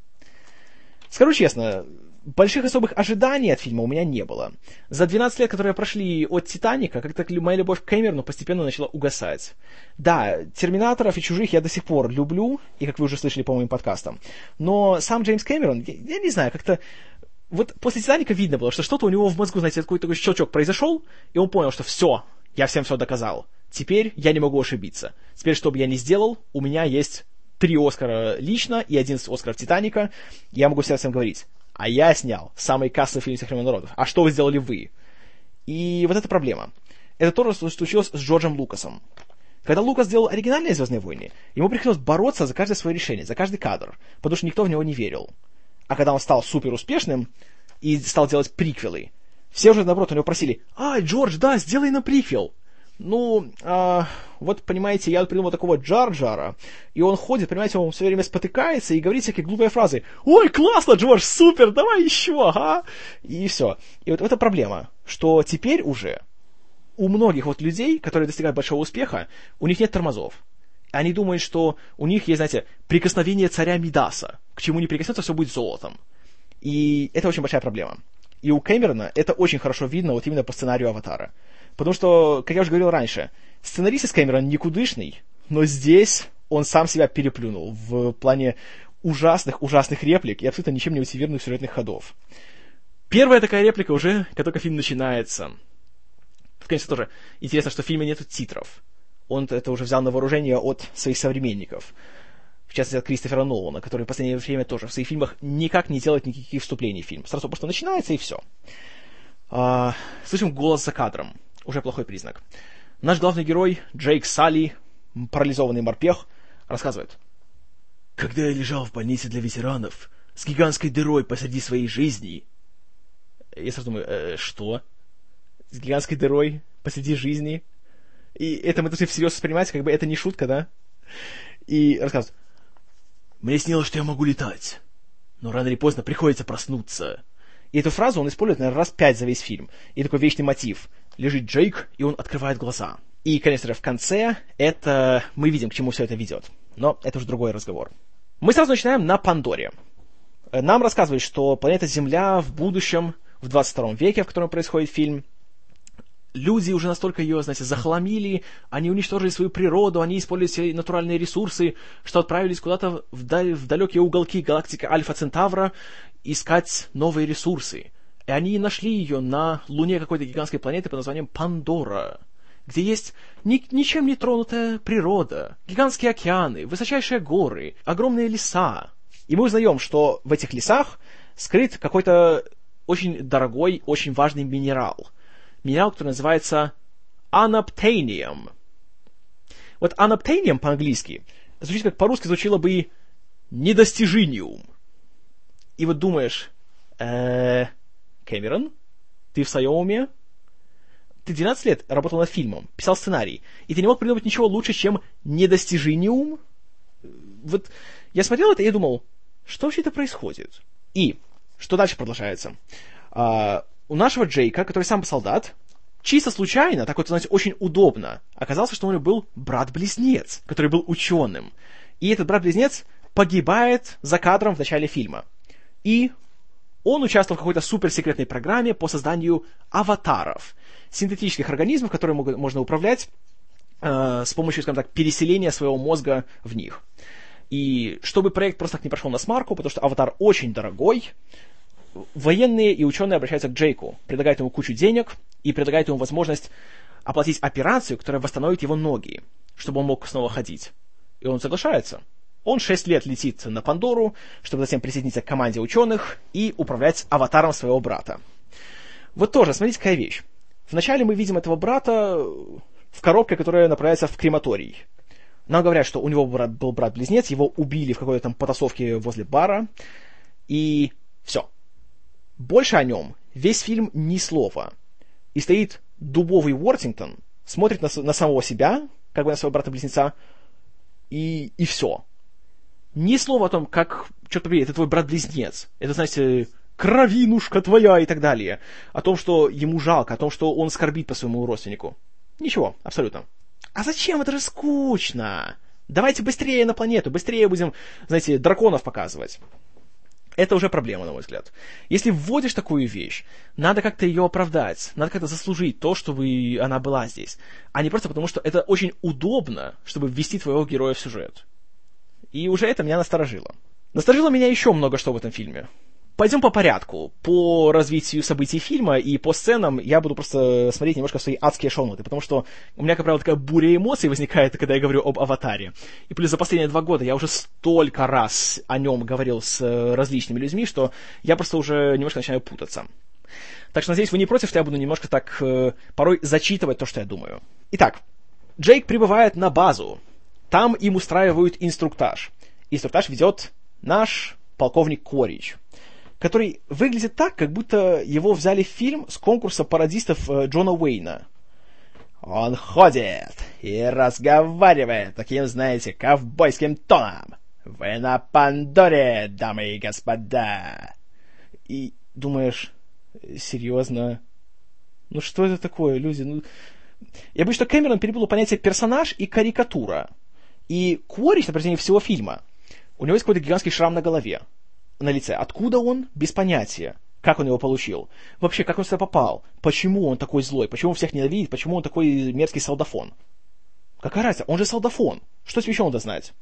Скажу честно, больших особых ожиданий от фильма у меня не было. За 12 лет, которые прошли от «Титаника», как-то моя любовь к Кэмерону постепенно начала угасать. Да, «Терминаторов» и «Чужих» я до сих пор люблю, и как вы уже слышали по моим подкастам. Но сам Джеймс Кэмерон, я не знаю, как-то... Вот после «Титаника» видно было, что что-то у него в мозгу, знаете, какой-то такой щелчок произошел, и он понял, что все, я всем все доказал. Теперь я не могу ошибиться. Теперь, что бы я ни сделал, у меня есть 3 Оскара лично и 11 Оскаров «Титаника». Я могу всем говорить: а я снял самый кассовый фильм всех времен народов. А что вы сделали вы? И вот эта проблема. Это то, что случилось с Джорджем Лукасом. Когда Лукас сделал оригинальные «Звездные войны», ему пришлось бороться за каждое свое решение, за каждый кадр, потому что никто в него не верил. А когда он стал супер успешным и стал делать приквелы, все уже, наоборот, у него просили: Джордж, да, сделай нам приквел. Ну, вот, понимаете, я придумал такого Джар-Джара, и он ходит, понимаете, он все время спотыкается и говорит всякие глупые фразы. «Ой, классно, Джордж, супер, давай еще, ага!» И все. И вот эта проблема, что теперь уже у многих вот людей, которые достигают большого успеха, у них нет тормозов. Они думают, что у них есть, знаете, прикосновение царя Мидаса. К чему не прикоснется, все будет золотом. И это очень большая проблема. И у Кэмерона это очень хорошо видно вот именно по сценарию «Аватара». Потому что, как я уже говорил раньше, сценарист из Кэмерона никудышный, но здесь он сам себя переплюнул в плане ужасных реплик и абсолютно ничем не мотивированных сюжетных ходов. Первая такая реплика уже, как только фильм начинается. Тут, конечно, тоже интересно, что в фильме нету титров. Он это уже взял на вооружение от своих современников. В частности, от Кристофера Нолана, который в последнее время тоже в своих фильмах никак не делает никаких вступлений в фильм. Сразу просто начинается, и все. Слышим голос за кадром. Уже плохой признак. Наш главный герой, Джейк Салли, парализованный морпех, рассказывает. «Когда я лежал в больнице для ветеранов с гигантской дырой посреди своей жизни...» Я сразу думаю, что? С гигантской дырой посреди жизни? И это мы должны всерьез воспринимать, как бы это не шутка, да? И рассказывает. «Мне снилось, что я могу летать, но рано или поздно приходится проснуться». И эту фразу он использует, наверное, раз 5 за весь фильм. И такой вечный мотив. Лежит Джейк, и он открывает глаза. И, конечно же, в конце это мы видим, к чему все это ведет. Но это уже другой разговор. Мы сразу начинаем на Пандоре. Нам рассказывают, что планета Земля в будущем, в 22 веке, в котором происходит фильм, люди уже настолько ее, знаете, захламили, они уничтожили свою природу, они использовали все натуральные ресурсы, что отправились куда-то в далекие уголки галактики Альфа Центавра искать новые ресурсы. И они нашли ее на луне какой-то гигантской планеты под названием Пандора, где есть ничем не тронутая природа, гигантские океаны, высочайшие горы, огромные леса. И мы узнаем, что в этих лесах скрыт какой-то очень дорогой, очень важный минерал. Минерал, который называется unobtainium. Вот unobtainium по-английски звучит как по-русски звучало бы недостижениум. И вот думаешь, Кэмерон, ты в своем уме? Ты 12 лет работал над фильмом, писал сценарий, и ты не мог придумать ничего лучше, чем недостижениум? Вот я смотрел это и думал, что вообще это происходит? И что дальше продолжается? У нашего Джейка, который сам солдат, чисто случайно, так вот, знаете, очень удобно, оказалось, что у него был брат-близнец, который был ученым. И этот брат-близнец погибает за кадром в начале фильма. И он участвовал в какой-то суперсекретной программе по созданию аватаров, синтетических организмов, которые можно управлять с помощью, скажем так, переселения своего мозга в них. И чтобы проект просто так не прошел на смарку, потому что аватар очень дорогой, военные и ученые обращаются к Джейку, предлагают ему кучу денег и предлагают ему возможность оплатить операцию, которая восстановит его ноги, чтобы он мог снова ходить. И он соглашается. Он 6 лет летит на Пандору, чтобы затем присоединиться к команде ученых и управлять аватаром своего брата. Вот тоже, смотрите, какая вещь. Вначале мы видим этого брата в коробке, которая направляется в крематорий. Нам говорят, что у него был брат-близнец, его убили в какой-то там потасовке возле бара, и все. Больше о нем весь фильм ни слова. И стоит дубовый Уортингтон, смотрит на самого себя, как бы на своего брата-близнеца, и все. Ни слова о том, как, черт побери, это твой брат-близнец. Это, знаете, кровинушка твоя и так далее. О том, что ему жалко, о том, что он скорбит по своему родственнику. Ничего, абсолютно. А зачем? Это же скучно. Давайте быстрее на планету, быстрее будем, знаете, драконов показывать. Это уже проблема, на мой взгляд. Если вводишь такую вещь, надо как-то ее оправдать, надо как-то заслужить то, чтобы она была здесь. А не просто потому, что это очень удобно, чтобы ввести твоего героя в сюжет. И уже это меня насторожило. Насторожило меня еще много что в этом фильме. Пойдем по порядку. По развитию событий фильма и по сценам я буду просто смотреть немножко в свои адские шоу-ноты, потому что у меня, как правило, такая буря эмоций возникает, когда я говорю об «Аватаре». И плюс за последние 2 года я уже столько раз о нем говорил с различными людьми, что я просто уже немножко начинаю путаться. Так что, надеюсь, вы не против, что я буду немножко так порой зачитывать то, что я думаю. Итак, Джейк прибывает на базу. Там им устраивают инструктаж. Инструктаж ведет наш полковник Корич, который выглядит так, как будто его взяли в фильм с конкурса пародистов Джона Уэйна. Он ходит и разговаривает таким, знаете, ковбойским тоном. Вы на Пандоре, дамы и господа. И думаешь, серьезно? Ну что это такое, люди? Ну, Я боюсь, что Кэмерон перепутал понятие персонаж и карикатура. И Куорич на протяжении всего фильма, у него есть какой-то гигантский шрам на голове, на лице. Откуда он? Без понятия. Как он его получил? Вообще, как он сюда попал? Почему он такой злой? Почему он всех ненавидит? Почему он такой мерзкий солдафон? Какая разница? Он же солдафон. Что тебе еще надо знать?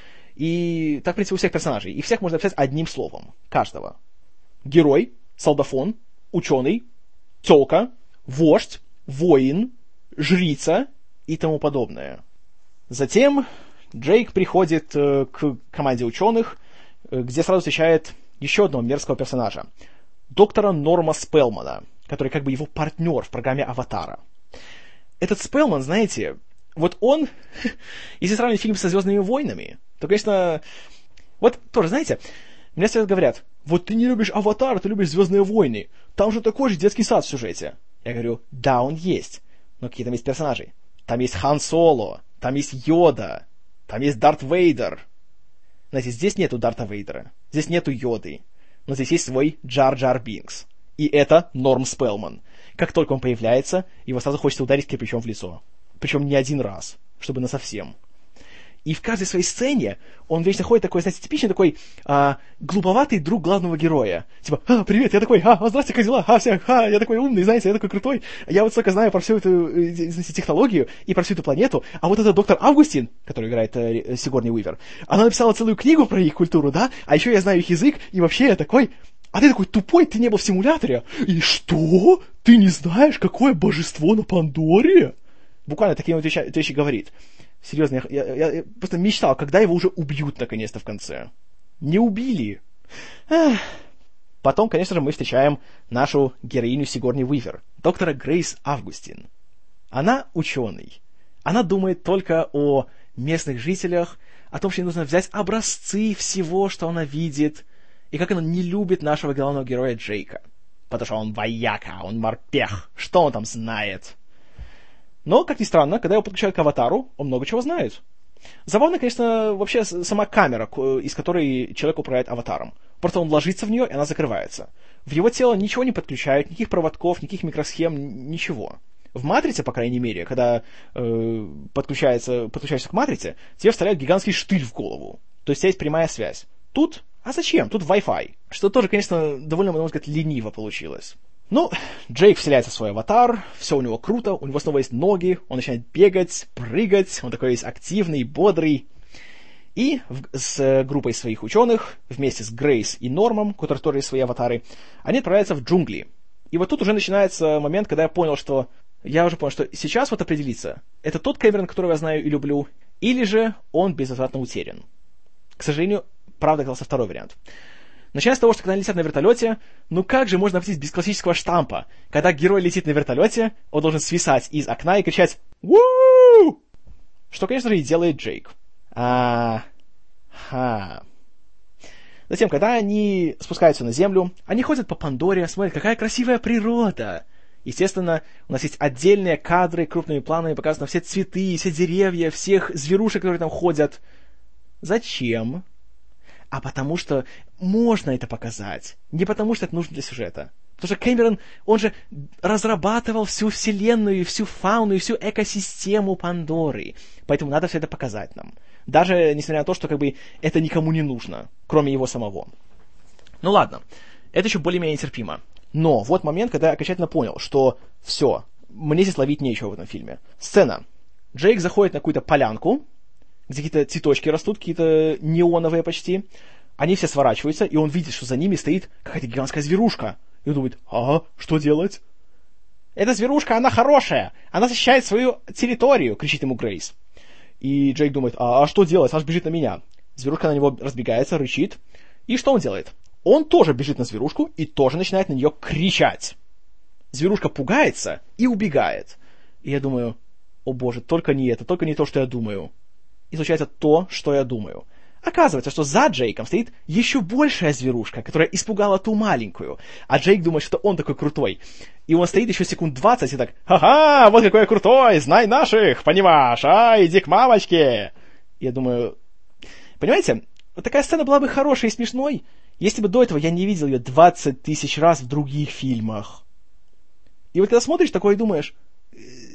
И так, в принципе, у всех персонажей. И всех можно описать одним словом. Каждого. Герой, солдафон, ученый, тёлка, вождь, воин, жрица и тому подобное. Затем Джейк приходит к команде ученых, где сразу встречает еще одного мерзкого персонажа. Доктора Норма Спелмана, который как бы его партнер в программе «Аватара». Этот Спелман, знаете, вот он, если сравнить фильм со «Звездными войнами», то, конечно, вот тоже, знаете, мне всегда говорят, вот ты не любишь «Аватар», ты любишь «Звездные войны», там же такой же детский сад в сюжете. Я говорю, да, он есть, но какие там есть персонажи? Там есть Хан Соло, там есть Йода, там есть Дарт Вейдер. Знаете, здесь нету Дарта Вейдера, здесь нету Йоды, но здесь есть свой Джар Джар Бинкс. И это Норм Спелман. Как только он появляется, его сразу хочется ударить кирпичом в лицо. Причем не один раз, чтобы насовсем. И в каждой своей сцене он вечно ходит такой, знаете, типичный такой глуповатый друг главного героя. Типа, привет, я такой, здрасте, как дела? Я такой умный, знаете, я такой крутой. Я вот столько знаю про всю эту, знаете, технологию и про всю эту планету. А вот этот доктор Августин, который играет Сигорни Уивер, она написала целую книгу про их культуру, да? А еще я знаю их язык, и вообще я такой... А ты такой тупой, ты не был в симуляторе. И что? Ты не знаешь, какое божество на Пандоре? Буквально такие вот вещи говорит. Серьезно, я просто мечтал, когда его уже убьют наконец-то в конце. Не убили. Потом, конечно же, мы встречаем нашу героиню Сигорни Уивер, доктора Грейс Августин. Она ученый. Она думает только о местных жителях, о том, что ей нужно взять образцы всего, что она видит, и как она не любит нашего главного героя Джейка. Потому что он вояка, он морпех. Что он там знает? Но, как ни странно, когда его подключают к аватару, он много чего знает. Забавно, конечно, вообще сама камера, из которой человек управляет аватаром. Просто он ложится в нее, и она закрывается. В его тело ничего не подключают, никаких проводков, никаких микросхем, ничего. В «Матрице», по крайней мере, когда подключаешься к «Матрице», тебе вставляют гигантский штырь в голову. То есть есть прямая связь. Тут... А зачем? Тут Wi-Fi. Что тоже, конечно, довольно, на мой взгляд, лениво получилось. Ну, Джейк вселяется в свой аватар, все у него круто, у него снова есть ноги, он начинает бегать, прыгать, он такой весь активный, бодрый. И с группой своих ученых, вместе с Грейс и Нормом, у которых тоже есть свои аватары, они отправляются в джунгли. И вот тут уже начинается момент, когда я уже понял, что сейчас вот определиться, это тот Кэмерон, которого я знаю и люблю, или же он безвозвратно утерян. К сожалению, правда оказался второй вариант. Начиная с того, что когда они летят на вертолете, ну как же можно обойтись без классического штампа? Когда герой летит на вертолете, он должен свисать из окна и кричать «Вуу!», что, конечно же, и делает Джейк. Затем, когда они спускаются на землю, они ходят по Пандоре, смотрят, какая красивая природа. Естественно, у нас есть отдельные кадры, крупными планами показаны все цветы, все деревья, всех зверушек, которые там ходят. Зачем? А потому что можно это показать. Не потому что это нужно для сюжета. Потому что Кэмерон, он же разрабатывал всю вселенную, всю фауну и всю экосистему Пандоры. Поэтому надо все это показать нам. Даже несмотря на то, что как бы это никому не нужно, кроме его самого. Ну ладно, это еще более-менее терпимо. Но вот момент, когда я окончательно понял, что все, мне здесь ловить нечего в этом фильме. Сцена. Джейк заходит на какую-то полянку, где какие-то цветочки растут, какие-то неоновые почти. Они все сворачиваются, и он видит, что за ними стоит какая-то гигантская зверушка. И он думает, что делать? Эта зверушка, она хорошая, она защищает свою территорию, кричит ему Грейс. И Джейк думает, а что делать? Она же бежит на меня. Зверушка на него разбегается, рычит. И что он делает? Он тоже бежит на зверушку и тоже начинает на нее кричать. Зверушка пугается и убегает. И я думаю, о боже, только не то, что я думаю. И случается то, что я думаю. Оказывается, что за Джейком стоит еще большая зверушка, которая испугала ту маленькую. А Джейк думает, что он такой крутой. И он стоит еще секунд 20 и так, ха-ха, вот какой я крутой, знай наших, понимаешь, иди к мамочке. И я думаю, понимаете, вот такая сцена была бы хорошей и смешной, если бы до этого я не видел ее 20 тысяч раз в других фильмах. И вот когда смотришь такое и думаешь,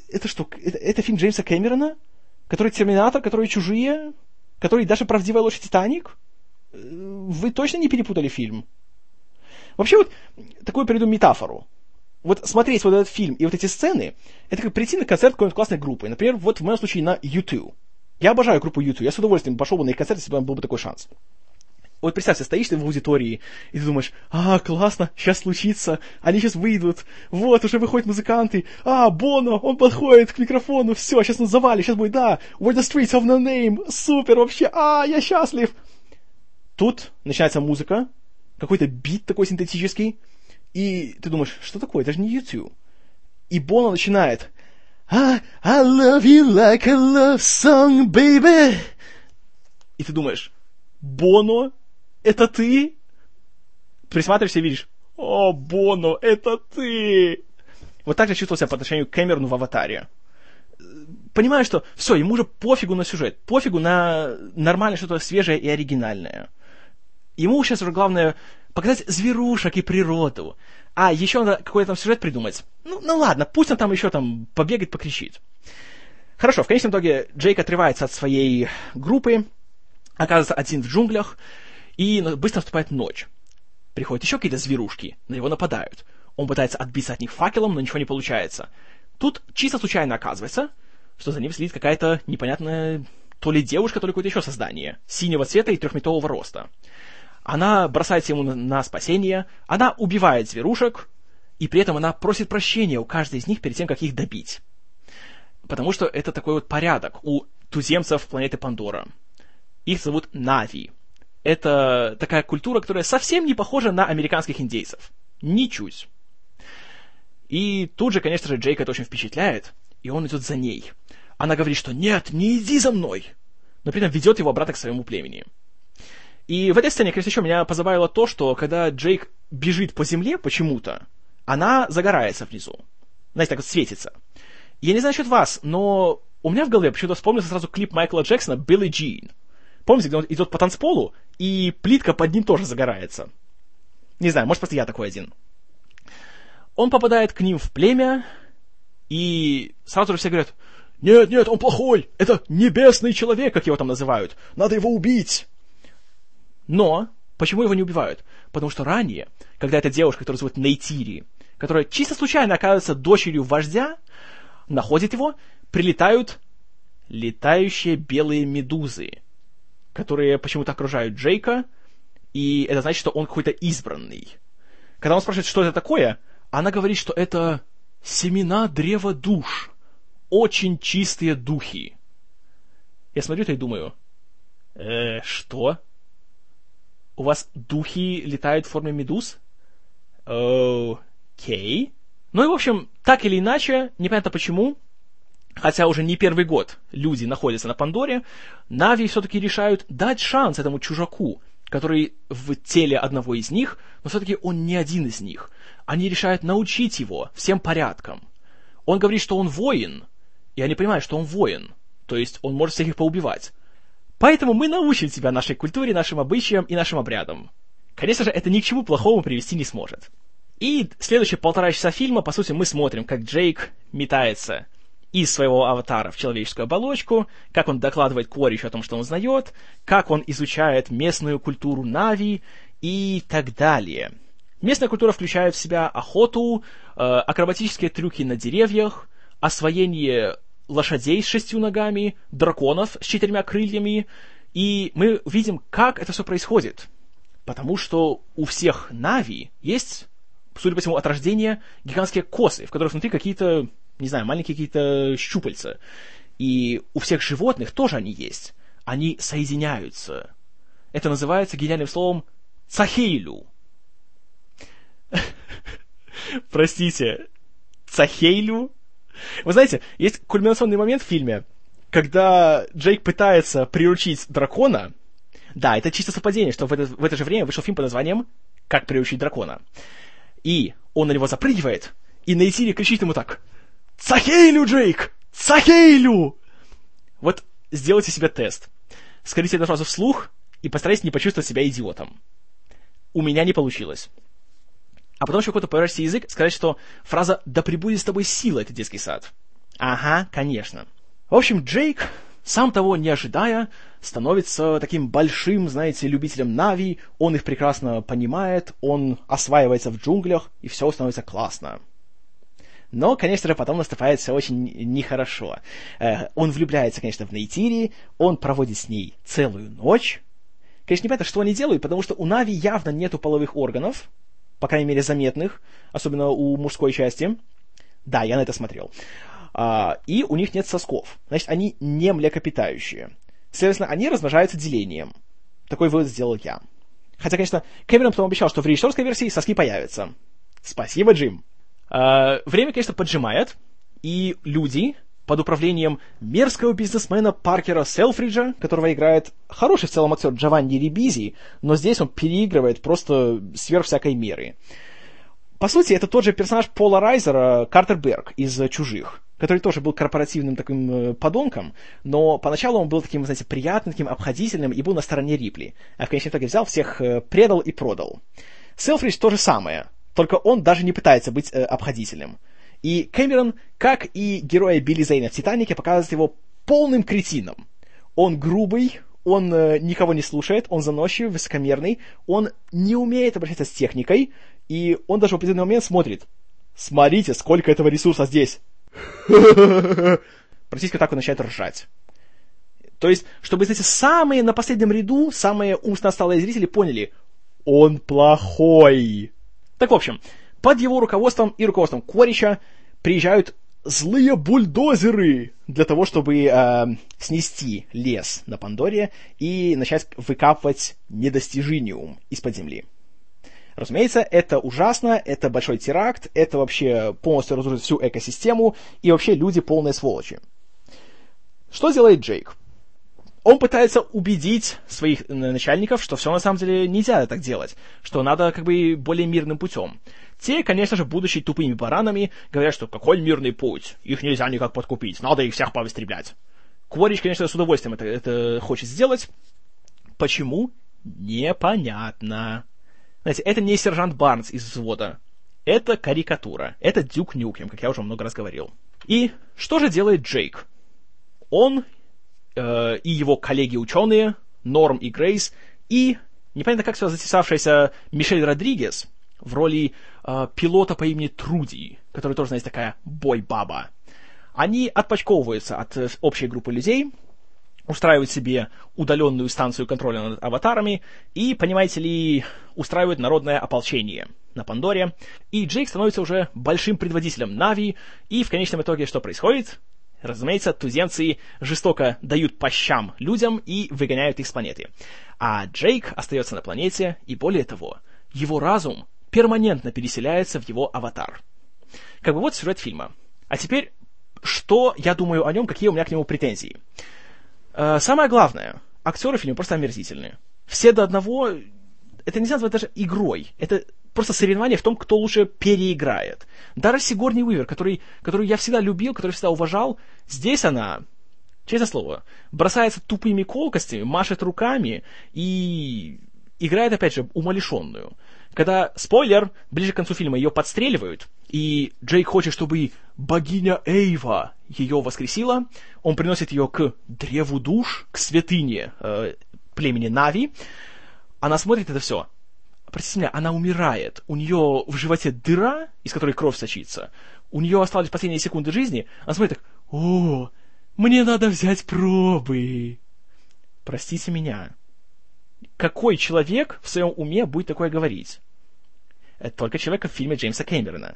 это что, это фильм Джеймса Кэмерона? Который «Терминатор», который «Чужие», который даже «Правдивая ложь» «Титаник»? Вы точно не перепутали фильм? Вообще вот такую приведу метафору. Вот смотреть вот этот фильм и вот эти сцены, это как прийти на концерт какой-нибудь классной группы. Например, вот в моем случае на U2. Я обожаю группу U2, я с удовольствием пошел бы на их концерт, если бы был бы такой шанс. Вот представь, стоишь ты в аудитории, и ты думаешь, классно, сейчас случится, они сейчас выйдут, вот, уже выходят музыканты, Боно, он подходит к микрофону, все, сейчас он завалит, сейчас будет, Where the streets of no name, супер, вообще, я счастлив. Тут начинается музыка, какой-то бит такой синтетический, и ты думаешь, что такое, это же не YouTube. И Боно начинает, I love you like a love song, baby. И ты думаешь, Боно? Это ты? Присматриваешься и видишь, Боно, это ты! Вот так же чувствовал себя по отношению к Кэмерону в «Аватаре». Понимаю, что все, ему уже пофигу на сюжет, пофигу на нормальное что-то свежее и оригинальное. Ему сейчас уже главное показать зверушек и природу. Еще надо какой-то там сюжет придумать. Ну ладно, пусть он там еще там побегает, покричит. Хорошо, в конечном итоге Джейк отрывается от своей группы, оказывается один в джунглях, и быстро наступает ночь. Приходят еще какие-то зверушки, на него нападают. Он пытается отбиться от них факелом, но ничего не получается. Тут чисто случайно оказывается, что за ним следит какая-то непонятная то ли девушка, то ли какое-то еще создание, синего цвета и 3-метрового роста. Она бросается ему на спасение, она убивает зверушек, и при этом она просит прощения у каждой из них перед тем, как их добить. Потому что это такой вот порядок у туземцев планеты Пандора. Их зовут Нави. Это такая культура, которая совсем не похожа на американских индейцев. Ничуть. И тут же, конечно же, Джейк это очень впечатляет, и он идет за ней. Она говорит, что «нет, не иди за мной!» Но при этом ведет его обратно к своему племени. И в этой сцене, конечно, еще меня позабавило то, что когда Джейк бежит по земле почему-то, она загорается внизу. Знаете, так вот светится. Я не знаю насчет вас, но у меня в голове почему-то вспомнился сразу клип Майкла Джексона «Билли Джин». Помните, где он идет по танцполу, и плитка под ним тоже загорается? Не знаю, может, просто я такой один. Он попадает к ним в племя, и сразу же все говорят, «Нет, он плохой, это небесный человек, как его там называют, надо его убить». Но почему его не убивают? Потому что ранее, когда эта девушка, которую зовут Нейтири, которая чисто случайно оказывается дочерью вождя, находит его, прилетают летающие белые медузы, которые почему-то окружают Джейка, и это значит, что он какой-то избранный. Когда он спрашивает, что это такое, она говорит, что это семена древа душ, очень чистые духи. Я смотрю-то и думаю, что? У вас духи летают в форме медуз? Окей. Ну и, в общем, так или иначе, непонятно почему, хотя уже не первый год люди находятся на Пандоре, Нави все-таки решают дать шанс этому чужаку, который в теле одного из них, но все-таки он не один из них. Они решают научить его всем порядкам. Он говорит, что он воин, и они понимают, что он воин, то есть он может всех их поубивать. Поэтому мы научим тебя нашей культуре, нашим обычаям и нашим обрядам. Конечно же, это ни к чему плохому привести не сможет. И следующие 1,5 часа фильма, по сути, мы смотрим, как Джейк метается из своего аватара в человеческую оболочку, как он докладывает Коричу о том, что он узнает, как он изучает местную культуру Нави и так далее. Местная культура включает в себя охоту, акробатические трюки на деревьях, освоение лошадей с 6 ногами, драконов с 4 крыльями, и мы видим, как это все происходит. Потому что у всех Нави есть, судя по всему, от рождения гигантские косы, в которых внутри какие-то, не знаю, маленькие какие-то щупальца. И у всех животных тоже они есть. Они соединяются. Это называется гениальным словом «цахейлю». Простите, «цахейлю»? Вы знаете, есть кульминационный момент в фильме, когда Джейк пытается приручить дракона. Да, это чисто совпадение, что в это же время вышел фильм под названием «Как приручить дракона». И он на него запрыгивает, и Нейтири кричит ему так: «Цахейлю, Джейк! Цахейлю!» Вот сделайте себе тест. Скажите эту фразу вслух и постарайтесь не почувствовать себя идиотом. У меня не получилось. А потом еще какой-то поверхностный язык сказать, что фраза «да пребудет с тобой сила» — это детский сад. Ага, конечно. В общем, Джейк, сам того не ожидая, становится таким большим, знаете, любителем Нави, он их прекрасно понимает, он осваивается в джунглях, и все становится классно. Но, конечно же, потом наступает все очень нехорошо. Он влюбляется, конечно, в Нейтири, он проводит с ней целую ночь. Конечно, непонятно, что они делают, потому что у Нави явно нету половых органов, по крайней мере, заметных, особенно у мужской части. Да, я на это смотрел. И у них нет сосков. Значит, они не млекопитающие. Следовательно, они размножаются делением. Такой вывод сделал я. Хотя, конечно, Кэмерон потом обещал, что в режиссерской версии соски появятся. Спасибо, Джим. Время, конечно, поджимает, и люди под управлением мерзкого бизнесмена Паркера Селфриджа, которого играет хороший в целом актер Джованни Рибизи, но здесь он переигрывает просто сверх всякой меры. По сути, это тот же персонаж Пола Райзера, Картер Берг из «Чужих», который тоже был корпоративным таким подонком, но поначалу он был таким, знаете, приятным, таким обходительным и был на стороне Рипли, а в конечном итоге взял всех, предал и продал. Селфридж то же самое, только он даже не пытается быть обходительным. И Кэмерон, как и героя Билли Зейна в «Титанике», показывает его полным кретином. Он грубый, он никого не слушает, он заносчивый, высокомерный, он не умеет обращаться с техникой, и он даже в определенный момент смотрит. Смотрите, сколько этого ресурса здесь. Практически так он начинает ржать. То есть, чтобы, знаете, самые на последнем ряду, самые умственно отсталые зрители поняли, он плохой. Так, в общем, под его руководством и руководством Корича приезжают злые бульдозеры для того, чтобы снести лес на Пандоре и начать выкапывать недостижиниум из-под земли. Разумеется, это ужасно, это большой теракт, это вообще полностью разрушит всю экосистему, и вообще люди полные сволочи. Что делает Джейк? Он пытается убедить своих начальников, что все на самом деле нельзя так делать, что надо как бы более мирным путем. Те, конечно же, будучи тупыми баранами, говорят, что какой мирный путь, их нельзя никак подкупить, надо их всех повыстреблять. Кворич, конечно, с удовольствием это хочет сделать. Почему? Непонятно. Знаете, это не сержант Барнс из взвода. Это карикатура. Это Дюк Нюкем, как я уже много раз говорил. И что же делает Джейк? Он и его коллеги-ученые, Норм и Грейс, и непонятно как сюда затесавшаяся Мишель Родригес в роли пилота по имени Труди, который тоже, знаете, такая бой-баба. Они отпочковываются от общей группы людей, устраивают себе удаленную станцию контроля над аватарами и, понимаете ли, устраивают народное ополчение на Пандоре. И Джейк становится уже большим предводителем Нави, и в конечном итоге что происходит? Разумеется, туземцы жестоко дают по щам людям и выгоняют их с планеты. А Джейк остается на планете, и более того, его разум перманентно переселяется в его аватар. Как бы вот сюжет фильма. А теперь, что я думаю о нем, какие у меня к нему претензии? Самое главное, актеры в фильме просто омерзительные. Все до одного, это нельзя назвать даже игрой, это просто соревнование в том, кто лучше переиграет. Даже Сигорни Уивер, которую я всегда любил, которую всегда уважал, здесь она, честное слово, бросается тупыми колкостями, машет руками и играет, опять же, умалишенную. Когда, спойлер, ближе к концу фильма ее подстреливают, и Джейк хочет, чтобы богиня Эйва ее воскресила, он приносит ее к древу душ, к святыне племени Нави. Она смотрит это все. Простите меня, она умирает. У нее в животе дыра, из которой кровь сочится. У нее остались последние секунды жизни. Она смотрит так: «О, мне надо взять пробы». Простите меня. Какой человек в своем уме будет такое говорить? Это только человек в фильме Джеймса Кэмерона.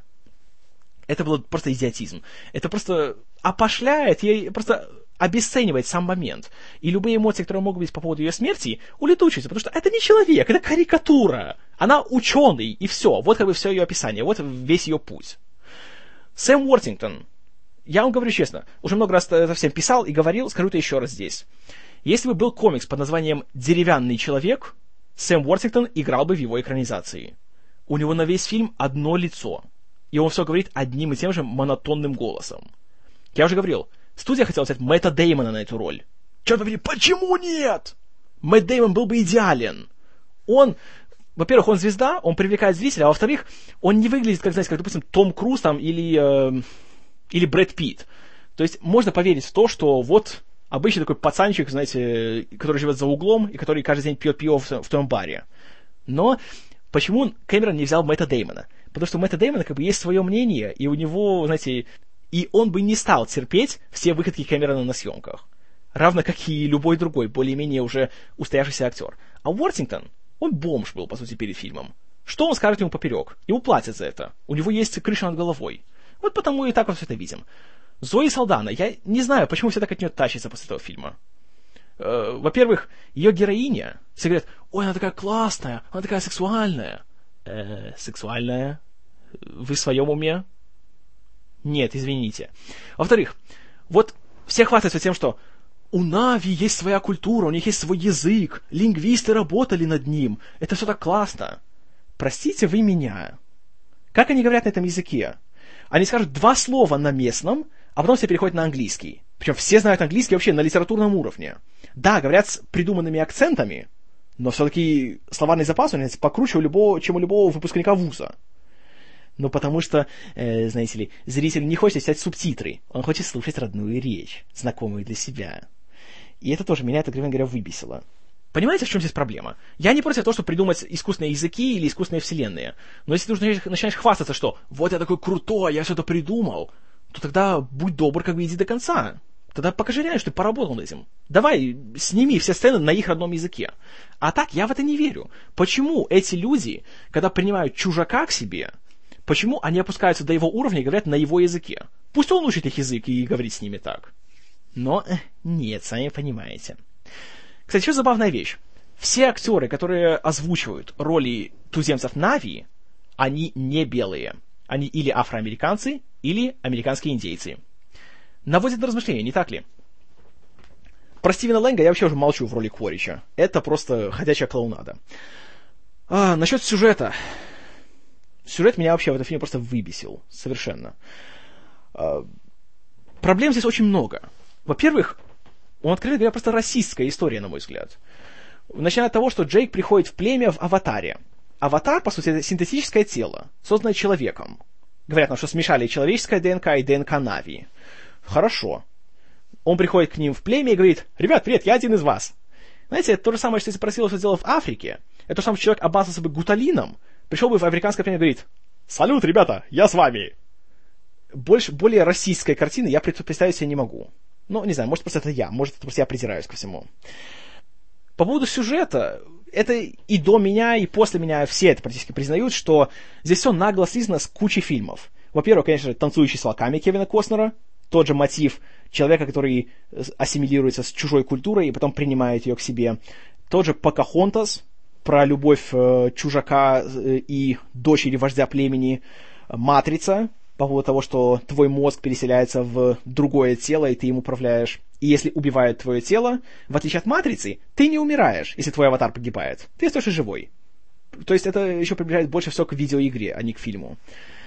Это был просто идиотизм. Это просто опошляет и просто обесценивает сам момент. И любые эмоции, которые могут быть по поводу ее смерти, улетучиваются, потому что это не человек, это карикатура. Она ученый, и все. Вот как бы все ее описание, вот весь ее путь. Сэм Уортингтон. Я вам говорю честно, уже много раз это всем писал и говорил, скажу это еще раз здесь. Если бы был комикс под названием «Деревянный человек», Сэм Уортингтон играл бы в его экранизации. У него на весь фильм одно лицо, и он все говорит одним и тем же монотонным голосом. Я уже говорил, студия хотела взять Мэтта Дэймона на эту роль. Черт побери, почему нет? Мэтт Дэймон был бы идеален. Он, во-первых, он звезда, он привлекает зрителя, а во-вторых, он не выглядит, как, знаете, как, допустим, Том Круз там или Брэд Питт. То есть можно поверить в то, что вот обычный такой пацанчик, знаете, который живет за углом и который каждый день пьет пиво в том баре. Но почему Кэмерон не взял Мэтта Дэймона? Потому что у Мэтта Дэймона как бы есть свое мнение, и у него, знаете, и он бы не стал терпеть все выходки Кэмерона на съемках. Равно как и любой другой, более-менее уже устоявшийся актер. А Уортингтон, он бомж был, по сути, перед фильмом. Что он скажет ему поперек? Ему платят за это. У него есть крыша над головой. Вот потому и так вот все это видим. Зои Салдана, я не знаю, почему все так от нее тащится после этого фильма. Во-первых, ее героиня, все говорят, ой, она такая классная, она такая сексуальная. Сексуальная? Вы в своем уме? Нет, извините. Во-вторых, вот все хвастаются тем, что у Нави есть своя культура, у них есть свой язык, лингвисты работали над ним, это все так классно. Простите вы меня. Как они говорят на этом языке? Они скажут 2 слова на местном, а потом все переходят на английский. Причем все знают английский вообще на литературном уровне. Да, говорят с придуманными акцентами, но все-таки словарный запас у них покруче, чем у любого выпускника вуза. Ну, потому что, знаете ли, зритель не хочет читать субтитры, он хочет слушать родную речь, знакомую для себя. И это тоже меня, откровенно говоря, выбесило. Понимаете, в чем здесь проблема? Я не против того, чтобы придумать искусственные языки или искусственные вселенные. Но если ты начинаешь хвастаться, что вот я такой крутой, я все это придумал, то тогда будь добр, как бы иди до конца. Тогда покажи реально, что ты поработал над этим. Давай, сними все сцены на их родном языке. А так, я в это не верю. Почему эти люди, когда принимают чужака к себе, почему они опускаются до его уровня и говорят на его языке? Пусть он учит их язык и говорит с ними так. Но нет, сами понимаете. Кстати, еще забавная вещь. Все актеры, которые озвучивают роли туземцев Нави, они не белые. Они или афроамериканцы, или американские индейцы. Наводит на размышления, не так ли? Про Стивена Лэнга я вообще уже молчу в роли Кворича. Это просто ходячая клоунада. Насчет сюжета. Сюжет меня вообще в этом фильме просто выбесил. Совершенно. Проблем здесь очень много. Во-первых, он, откровенно говоря, просто расистская история, на мой взгляд. Начиная от того, что Джейк приходит в племя в аватаре. Аватар, по сути, это синтетическое тело, созданное человеком. Говорят нам, что смешали человеческое ДНК и ДНК Нави. Хорошо. Он приходит к ним в племя и говорит: «Ребят, привет, я один из вас». Знаете, это то же самое, что если просил, что сделал в Африке. Это то же самое, что человек обмазался бы гуталином, пришел бы в африканское племя и говорит: «Салют, ребята, я с вами». Более российской картины я представить себе не могу. Ну, не знаю, может, просто это я. Может, это просто я придираюсь ко всему. По поводу сюжета, это и до меня, и после меня все это практически признают, что здесь все нагло слизано с кучей фильмов. Во-первых, конечно, «Танцующий с волками» Кевина Костнера. Тот же мотив человека, который ассимилируется с чужой культурой и потом принимает ее к себе. Тот же «Покахонтас», про любовь чужака и дочери вождя племени. «Матрица», по поводу того, что твой мозг переселяется в другое тело, и ты им управляешь. И если убивают твое тело, в отличие от «Матрицы», ты не умираешь, если твой аватар погибает. Ты остаешься живой. То есть это еще приближает больше всего к видеоигре, а не к фильму.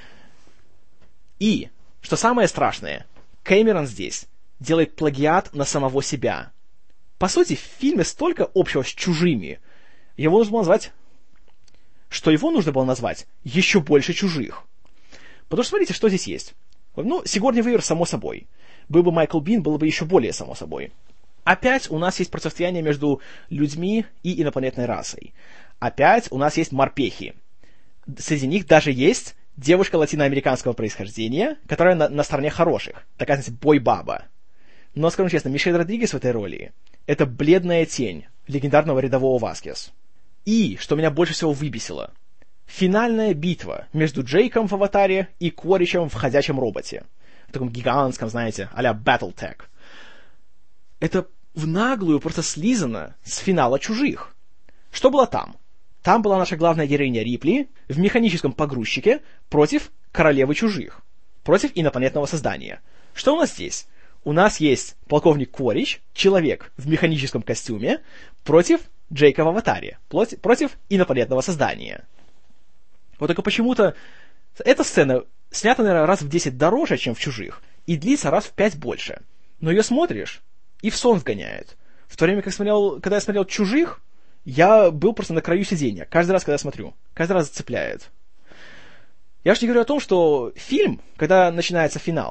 И, что самое страшное, Кэмерон здесь делает плагиат на самого себя. По сути, в фильме столько общего с чужими. Его нужно было назвать... Что его нужно было назвать «Еще больше чужих». Потому что смотрите, что здесь есть. Ну, Сигорни Уивер, само собой. Был бы Майкл Бин, было бы еще более само собой. Опять у нас есть противостояние между людьми и инопланетной расой. Опять у нас есть морпехи. Среди них даже есть девушка латиноамериканского происхождения, которая на стороне хороших. Такая, знаете, бой-баба. Но, скажем честно, Мишель Родригес в этой роли — это бледная тень легендарного рядового Васкес. И, что меня больше всего выбесило, финальная битва между Джейком в «Аватаре» и Кворичем в «Ходячем роботе». В таком гигантском, знаете, а-ля Battletech. Это в наглую просто слизано с финала «Чужих». Что было там? Там была наша главная героиня Рипли в механическом погрузчике против королевы чужих. Против инопланетного создания. Что у нас здесь? У нас есть полковник Кворич, человек в механическом костюме, против Джейка в «Аватаре», против инопланетного создания. Вот только почему-то эта сцена снята, наверное, раз в 10 дороже, чем в «Чужих», и длится раз в 5 больше. Но ее смотришь, и в сон вгоняет. В то время, когда я смотрел «Чужих», я был просто на краю сиденья. Каждый раз, когда я смотрю. Каждый раз зацепляет. Я же не говорю о том, что фильм, когда начинается финал,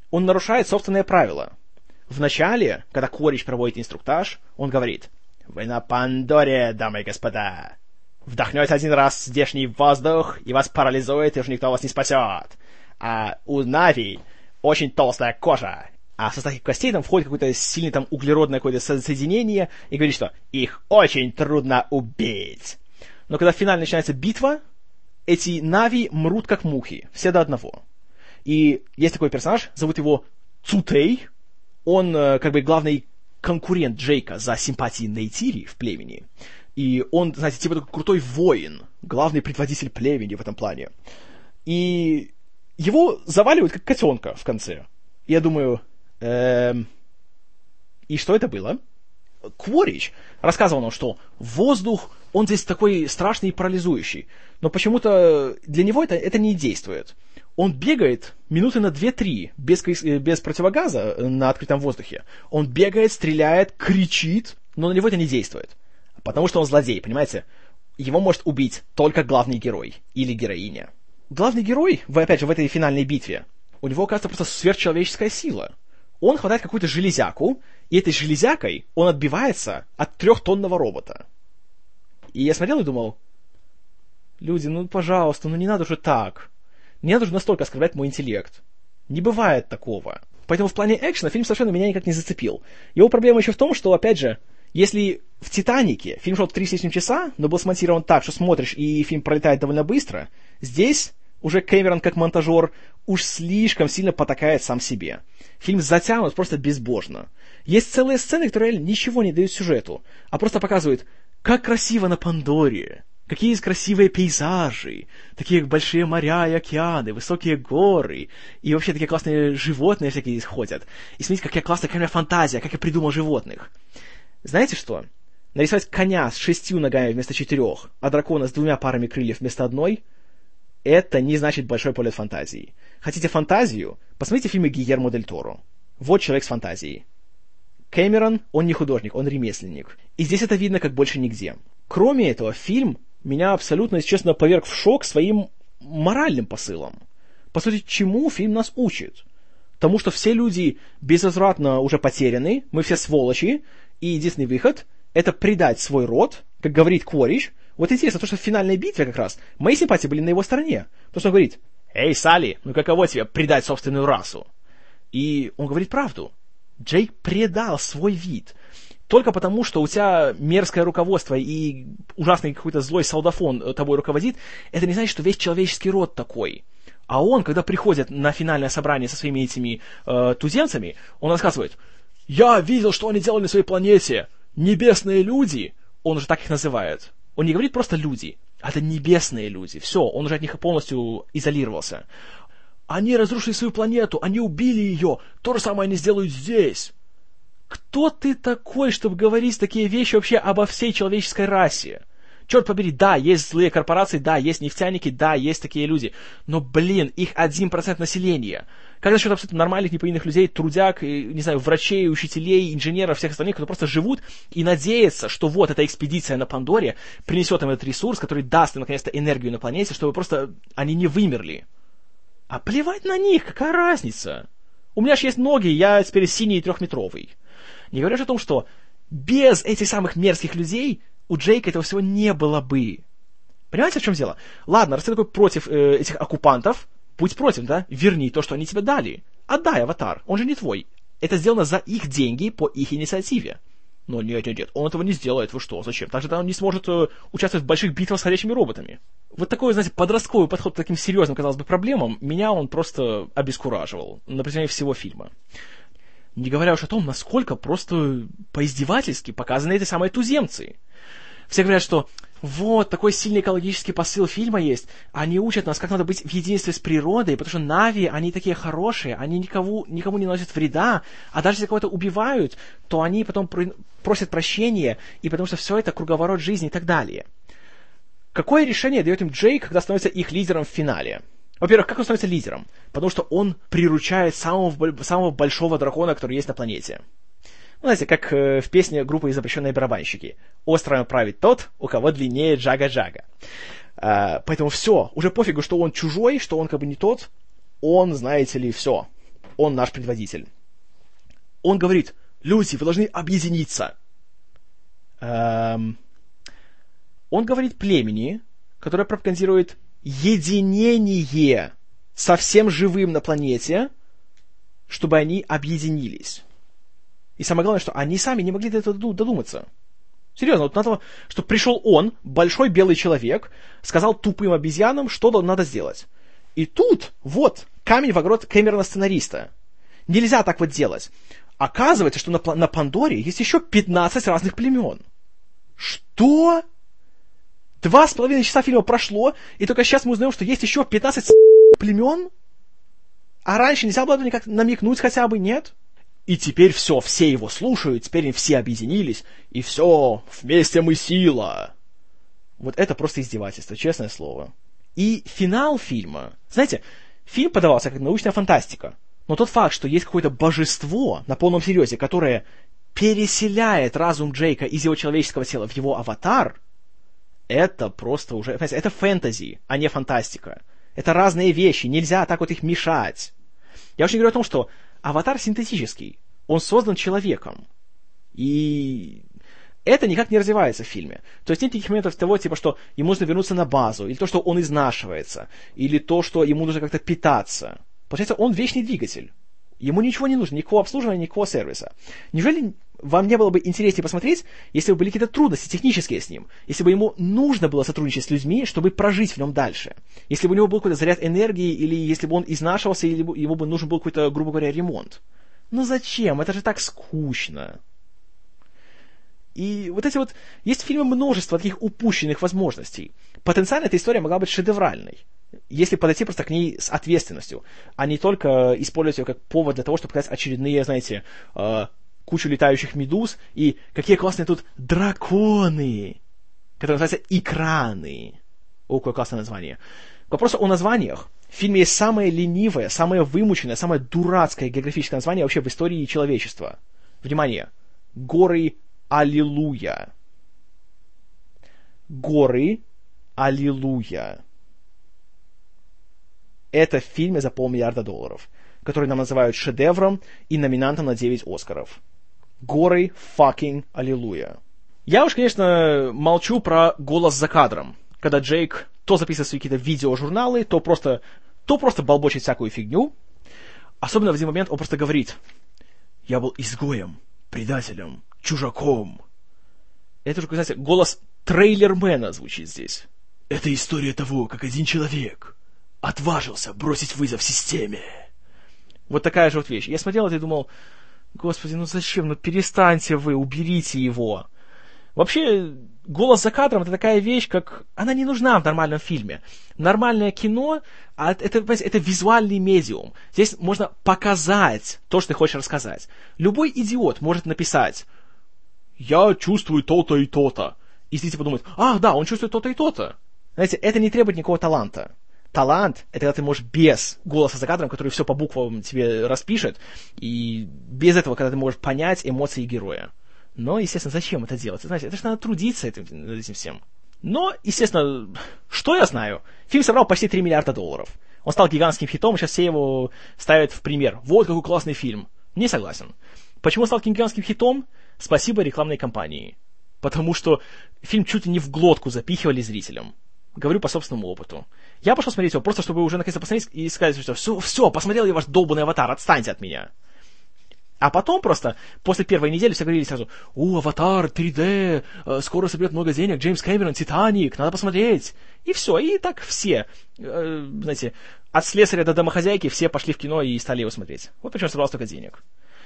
он нарушает собственные правила. Вначале, когда Кворич проводит инструктаж, он говорит: «Вы на Пандоре, дамы и господа. Вдохнете один раз здешний воздух, и вас парализует, и уже никто вас не спасет. А у Нави очень толстая кожа, а в состав их костей там входит какое-то сильное там углеродное какое-то соединение, и говорит, что их очень трудно убить». Но когда в финале начинается битва, эти Нави мрут как мухи, все до одного. И есть такой персонаж, зовут его Цутей. Он как бы главный конкурент Джейка за симпатии Нейтири в племени. И он, знаете, типа такой крутой воин, главный предводитель племени в этом плане. И его заваливают как котенка в конце. И я думаю, и что это было? Кворич рассказывал нам, что воздух, он здесь такой страшный и парализующий. Но почему-то для него это не действует. Он бегает минуты на 2-3 без противогаза на открытом воздухе. Он бегает, стреляет, кричит, но на него это не действует. Потому что он злодей, понимаете? Его может убить только главный герой или героиня. Главный герой, опять же, в этой финальной битве, у него, оказывается, просто сверхчеловеческая сила. Он хватает какую-то железяку, и этой железякой он отбивается от 3-тонного робота. И я смотрел и думал, люди, ну, пожалуйста, ну не надо же так. Не надо же настолько оскорблять мой интеллект. Не бывает такого. Поэтому в плане экшена фильм совершенно меня никак не зацепил. Его проблема еще в том, что, опять же, если в «Титанике» фильм шел 3 с лишним часа, но был смонтирован так, что смотришь, и фильм пролетает довольно быстро, здесь уже Кэмерон, как монтажер, уж слишком сильно потакает сам себе. Фильм затянут просто безбожно. Есть целые сцены, которые ничего не дают сюжету, а просто показывают, как красиво на Пандоре, какие есть красивые пейзажи, такие большие моря и океаны, высокие горы, и вообще такие классные животные всякие здесь ходят. И смотрите, какая классная камера фантазия, как я придумал животных. Знаете что? Нарисовать коня с 6 ногами вместо 4, а дракона с 2 парами крыльев вместо 1, это не значит большой полет фантазии. Хотите фантазию? Посмотрите фильмы Гильермо дель Торо. Вот человек с фантазией. Кэмерон, он не художник, он ремесленник. И здесь это видно как больше нигде. Кроме этого, фильм меня абсолютно, если честно, поверг в шок своим моральным посылом. По сути, чему фильм нас учит? Тому, что все люди безвозвратно уже потеряны, мы все сволочи, и единственный выход — это предать свой род, как говорит Кворич. Вот интересно, то, что в финальной битве как раз мои симпатии были на его стороне. То, что он говорит: «Эй, Салли, ну каково тебе предать собственную расу?» И он говорит правду. Джейк предал свой вид. Только потому, что у тебя мерзкое руководство и ужасный какой-то злой солдафон тобой руководит, это не значит, что весь человеческий род такой. А он, когда приходит на финальное собрание со своими этими туземцами, он рассказывает: «Я видел, что они делали на своей планете. Небесные люди». Он уже так их называет. Он не говорит просто «люди», а это небесные люди. Все, он уже от них полностью изолировался. «Они разрушили свою планету, они убили ее. То же самое они сделают здесь». Кто ты такой, чтобы говорить такие вещи вообще обо всей человеческой расе? Черт побери, да, есть злые корпорации, да, есть нефтяники, да, есть такие люди. Но, блин, их 1% населения. Как насчет абсолютно нормальных, неповинных людей, трудяг, не знаю, врачей, учителей, инженеров, всех остальных, которые просто живут и надеются, что вот эта экспедиция на Пандоре принесет им этот ресурс, который даст им, наконец-то, энергию на планете, чтобы просто они не вымерли. А плевать на них, какая разница? У меня же есть ноги, я теперь синий и 3-метровый. Не говоря же о том, что без этих самых мерзких людей у Джейка этого всего не было бы. Понимаете, в чем дело? Ладно, раз ты такой против этих оккупантов, будь против, да? Верни то, что они тебе дали. Отдай аватар, он же не твой. Это сделано за их деньги, по их инициативе. Но нет, он этого не сделает, вы что, зачем? Так же он не сможет участвовать в больших битвах с ходячими роботами. Вот такой, знаете, подростковый подход к таким серьезным, казалось бы, проблемам, меня он просто обескураживал на протяжении всего фильма. Не говоря уж о том, насколько просто поиздевательски показаны эти самые туземцы. Все говорят, что вот, такой сильный экологический посыл фильма есть. Они учат нас, как надо быть в единстве с природой, потому что Нави, они такие хорошие, они никому не наносят вреда, а даже если кого-то убивают, то они потом просят прощения, и потому что все это круговорот жизни и так далее. Какое решение дает им Джейк, когда становится их лидером в финале? Во-первых, как он становится лидером? Потому что он приручает самого большого дракона, который есть на планете. Ну, знаете, как в песне группы «Запрещенные барабанщики». «Островом правит тот, у кого длиннее джага-джага». Поэтому все, уже пофигу, что он чужой, что он как бы не тот. Он, знаете ли, все. он наш предводитель. Он говорит: люди, вы должны объединиться. Он говорит племени, которое пропагандирует единение со всем живым на планете, чтобы они объединились. И самое главное, что они сами не могли до этого додуматься. Серьезно, вот на то, что пришел он, большой белый человек, сказал тупым обезьянам, что надо сделать. И тут, вот, камень в огород Кэмерона-сценариста. Нельзя так вот делать. Оказывается, что на Пандоре есть еще 15 разных племен. Что? 2,5 часа фильма прошло, и только сейчас мы узнаем, что есть еще 15 племен? А раньше нельзя было никак намекнуть хотя бы, нет? И теперь все его слушают, теперь они все объединились, и все, вместе мы сила. Вот это просто издевательство, честное слово. И финал фильма. Знаете, фильм подавался как научная фантастика, но тот факт, что есть какое-то божество на полном серьезе, которое переселяет разум Джейка из его человеческого тела в его аватар, это просто уже... Знаете, это фэнтези, а не фантастика. Это разные вещи, нельзя так вот их мешать. Я очень говорю о том, что аватар синтетический, он создан человеком. И это никак не развивается в фильме. То есть нет никаких моментов того, типа, что ему нужно вернуться на базу, или то, что он изнашивается, или то, что ему нужно как-то питаться. Получается, он вечный двигатель. Ему ничего не нужно, никакого обслуживания, никакого сервиса. Неужели вам не было бы интереснее посмотреть, если бы были какие-то трудности технические с ним, если бы ему нужно было сотрудничать с людьми, чтобы прожить в нем дальше, если бы у него был какой-то заряд энергии, или если бы он изнашивался, или ему бы нужен был какой-то, грубо говоря, ремонт? Ну зачем? Это же так скучно. И вот эти вот... Есть в фильме множество таких упущенных возможностей. Потенциально эта история могла быть шедевральной, если подойти просто к ней с ответственностью, а не только использовать ее как повод для того, чтобы показать очередные, знаете, кучу летающих медуз и какие классные тут драконы, которые называются икраны. О, какое классное название. К вопросу о названиях. В фильме есть самое ленивое, самое вымученное, самое дурацкое географическое название вообще в истории человечества. Внимание! Горы Аллилуйя. Горы Аллилуйя. Это в фильме за $500 миллиона, который нам называют шедевром и номинантом на 9 Оскаров. Горы fucking Аллилуйя. Я уж, конечно, молчу про голос за кадром, когда Джейк то записывает свои какие-то видеожурналы, то просто болбочет всякую фигню. Особенно в один момент он просто говорит: «Я был изгоем, предателем, чужаком». Это уже, знаете, голос трейлермена звучит здесь. «Это история того, как один человек отважился бросить вызов системе». Вот такая же вот вещь. Я смотрел это и думал: господи, ну зачем? Ну перестаньте вы, уберите его. Вообще, голос за кадром — это такая вещь, как... Она не нужна в нормальном фильме. Нормальное кино — это визуальный медиум. Здесь можно показать то, что ты хочешь рассказать. Любой идиот может написать: «Я чувствую то-то и то-то». И зритель подумает: «Ах, да, он чувствует то-то и то-то». Знаете, это не требует никакого таланта. Талант — это когда ты можешь без голоса за кадром, который все по буквам тебе распишет, и без этого, когда ты можешь понять эмоции героя. Но, естественно, зачем это делать? Знаете, это же надо трудиться над этим всем. Но, естественно, что я знаю? Фильм собрал почти $3 миллиарда. Он стал гигантским хитом, и сейчас все его ставят в пример. Вот какой классный фильм. Не согласен. Почему он стал гигантским хитом? Спасибо рекламной кампании. Потому что фильм чуть ли не в глотку запихивали зрителям. Говорю по собственному опыту. Я пошел смотреть его просто, чтобы уже наконец-то посмотреть и сказать, что все, посмотрел я ваш долбанный аватар, отстаньте от меня. А потом просто, после первой недели, все говорили сразу: «О, аватар, 3D, скоро соберет много денег, Джеймс Кэмерон, Титаник, надо посмотреть». И все, и так все, знаете, от слесаря до домохозяйки все пошли в кино и стали его смотреть. Вот почему собрал столько денег.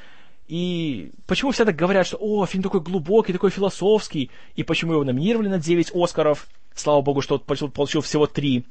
И почему все так говорят, что «О, фильм такой глубокий, такой философский», и почему его номинировали на 9 Оскаров, слава богу, что он получил всего 3.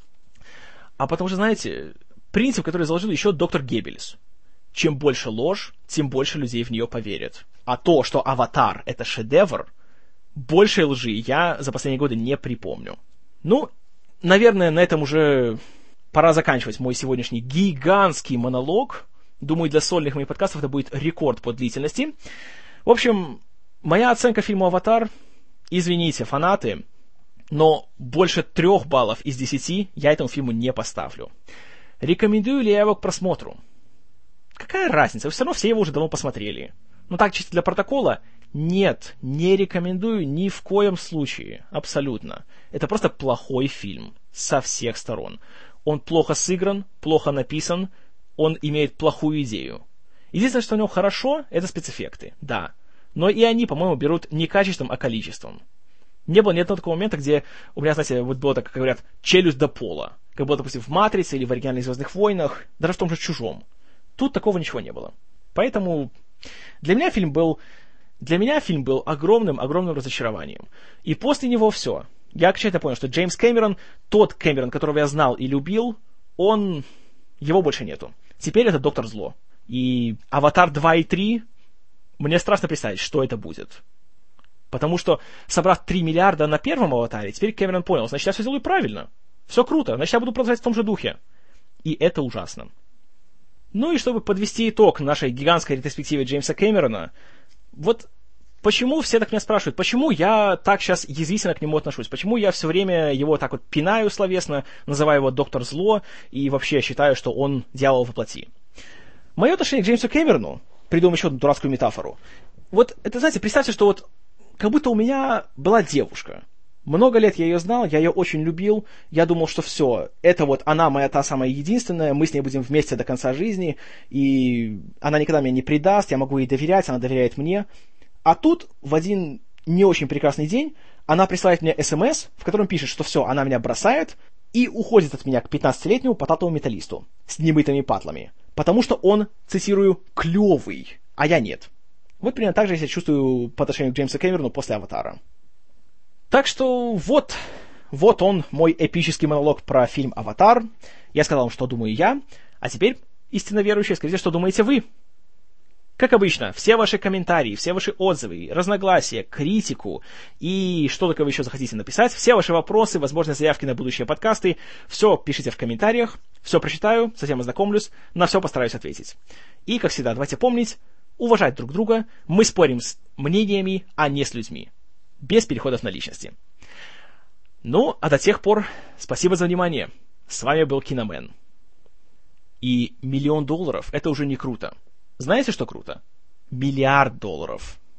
А потому что, знаете, принцип, который заложил еще доктор Геббельс. Чем больше ложь, тем больше людей в нее поверят. А то, что «Аватар» — это шедевр, большей лжи я за последние годы не припомню. Ну, наверное, на этом уже пора заканчивать мой сегодняшний гигантский монолог. Думаю, для сольных моих подкастов это будет рекорд по длительности. В общем, моя оценка фильму «Аватар», извините, фанаты, но больше 3 баллов из 10 я этому фильму не поставлю. Рекомендую ли я его к просмотру? какая разница, все равно все его уже давно посмотрели. Ну так, чисто для протокола, нет, не рекомендую ни в коем случае, абсолютно. Это просто плохой фильм со всех сторон. Он плохо сыгран, плохо написан, он имеет плохую идею. Единственное, что у него хорошо, это спецэффекты, да. Но и они, по-моему, берут не качеством, а количеством. Не было ни одного такого момента, где у меня, знаете, вот было так, как говорят, челюсть до пола. Как было, допустим, в «Матрице» или в оригинальных «Звездных войнах», даже в том же «Чужом». Тут такого ничего не было. Поэтому для меня фильм был огромным разочарованием. И после него все. Я окончательно понял, что Джеймс Кэмерон, тот Кэмерон, которого я знал и любил, его больше нету. Теперь это Доктор Зло. И «Аватар 2» и 3, мне страшно представить, что это будет. Потому что, собрав 3 миллиарда на первом «Аватаре», теперь Кэмерон понял, значит, я все делаю правильно. Все круто, значит, я буду продолжать в том же духе. И это ужасно. Ну и чтобы подвести итог нашей гигантской ретроспективе Джеймса Кэмерона, вот почему все так меня спрашивают, почему я так сейчас язвительно к нему отношусь, почему я все время его так вот пинаю словесно, называю его «Доктор Зло» и вообще считаю, что он дьявол во плоти. Мое отношение к Джеймсу Кэмерону, придумаю еще одну дурацкую метафору, вот это, знаете, представьте, что вот как будто у меня была девушка. Много лет я ее знал, я ее очень любил, я думал, что все, это вот она моя та самая единственная, мы с ней будем вместе до конца жизни, и она никогда меня не предаст, я могу ей доверять, она доверяет мне. А тут в один не очень прекрасный день она присылает мне СМС, в котором пишет, что все, она меня бросает и уходит от меня к 15-летнему потатому металлисту с немытыми патлами, потому что он, цитирую, клевый, а я нет. Вот примерно так же я себя чувствую по отношению к Джеймсу Кэмерону после «Аватара». Так что вот он, мой эпический монолог про фильм «Аватар». Я сказал вам, что думаю я, а теперь, истинно верующие, скажите, что думаете вы. Как обычно, все ваши комментарии, все ваши отзывы, разногласия, критику и что только вы еще захотите написать, все ваши вопросы, возможно, заявки на будущие подкасты, все пишите в комментариях, все прочитаю, затем ознакомлюсь, на все постараюсь ответить. И, как всегда, давайте помнить, уважать друг друга, мы спорим с мнениями, а не с людьми. Без переходов на личности. Ну, а до тех пор, спасибо за внимание. С вами был Киномен. И $1 000 000 — это уже не круто. Знаете, что круто? $1 000 000.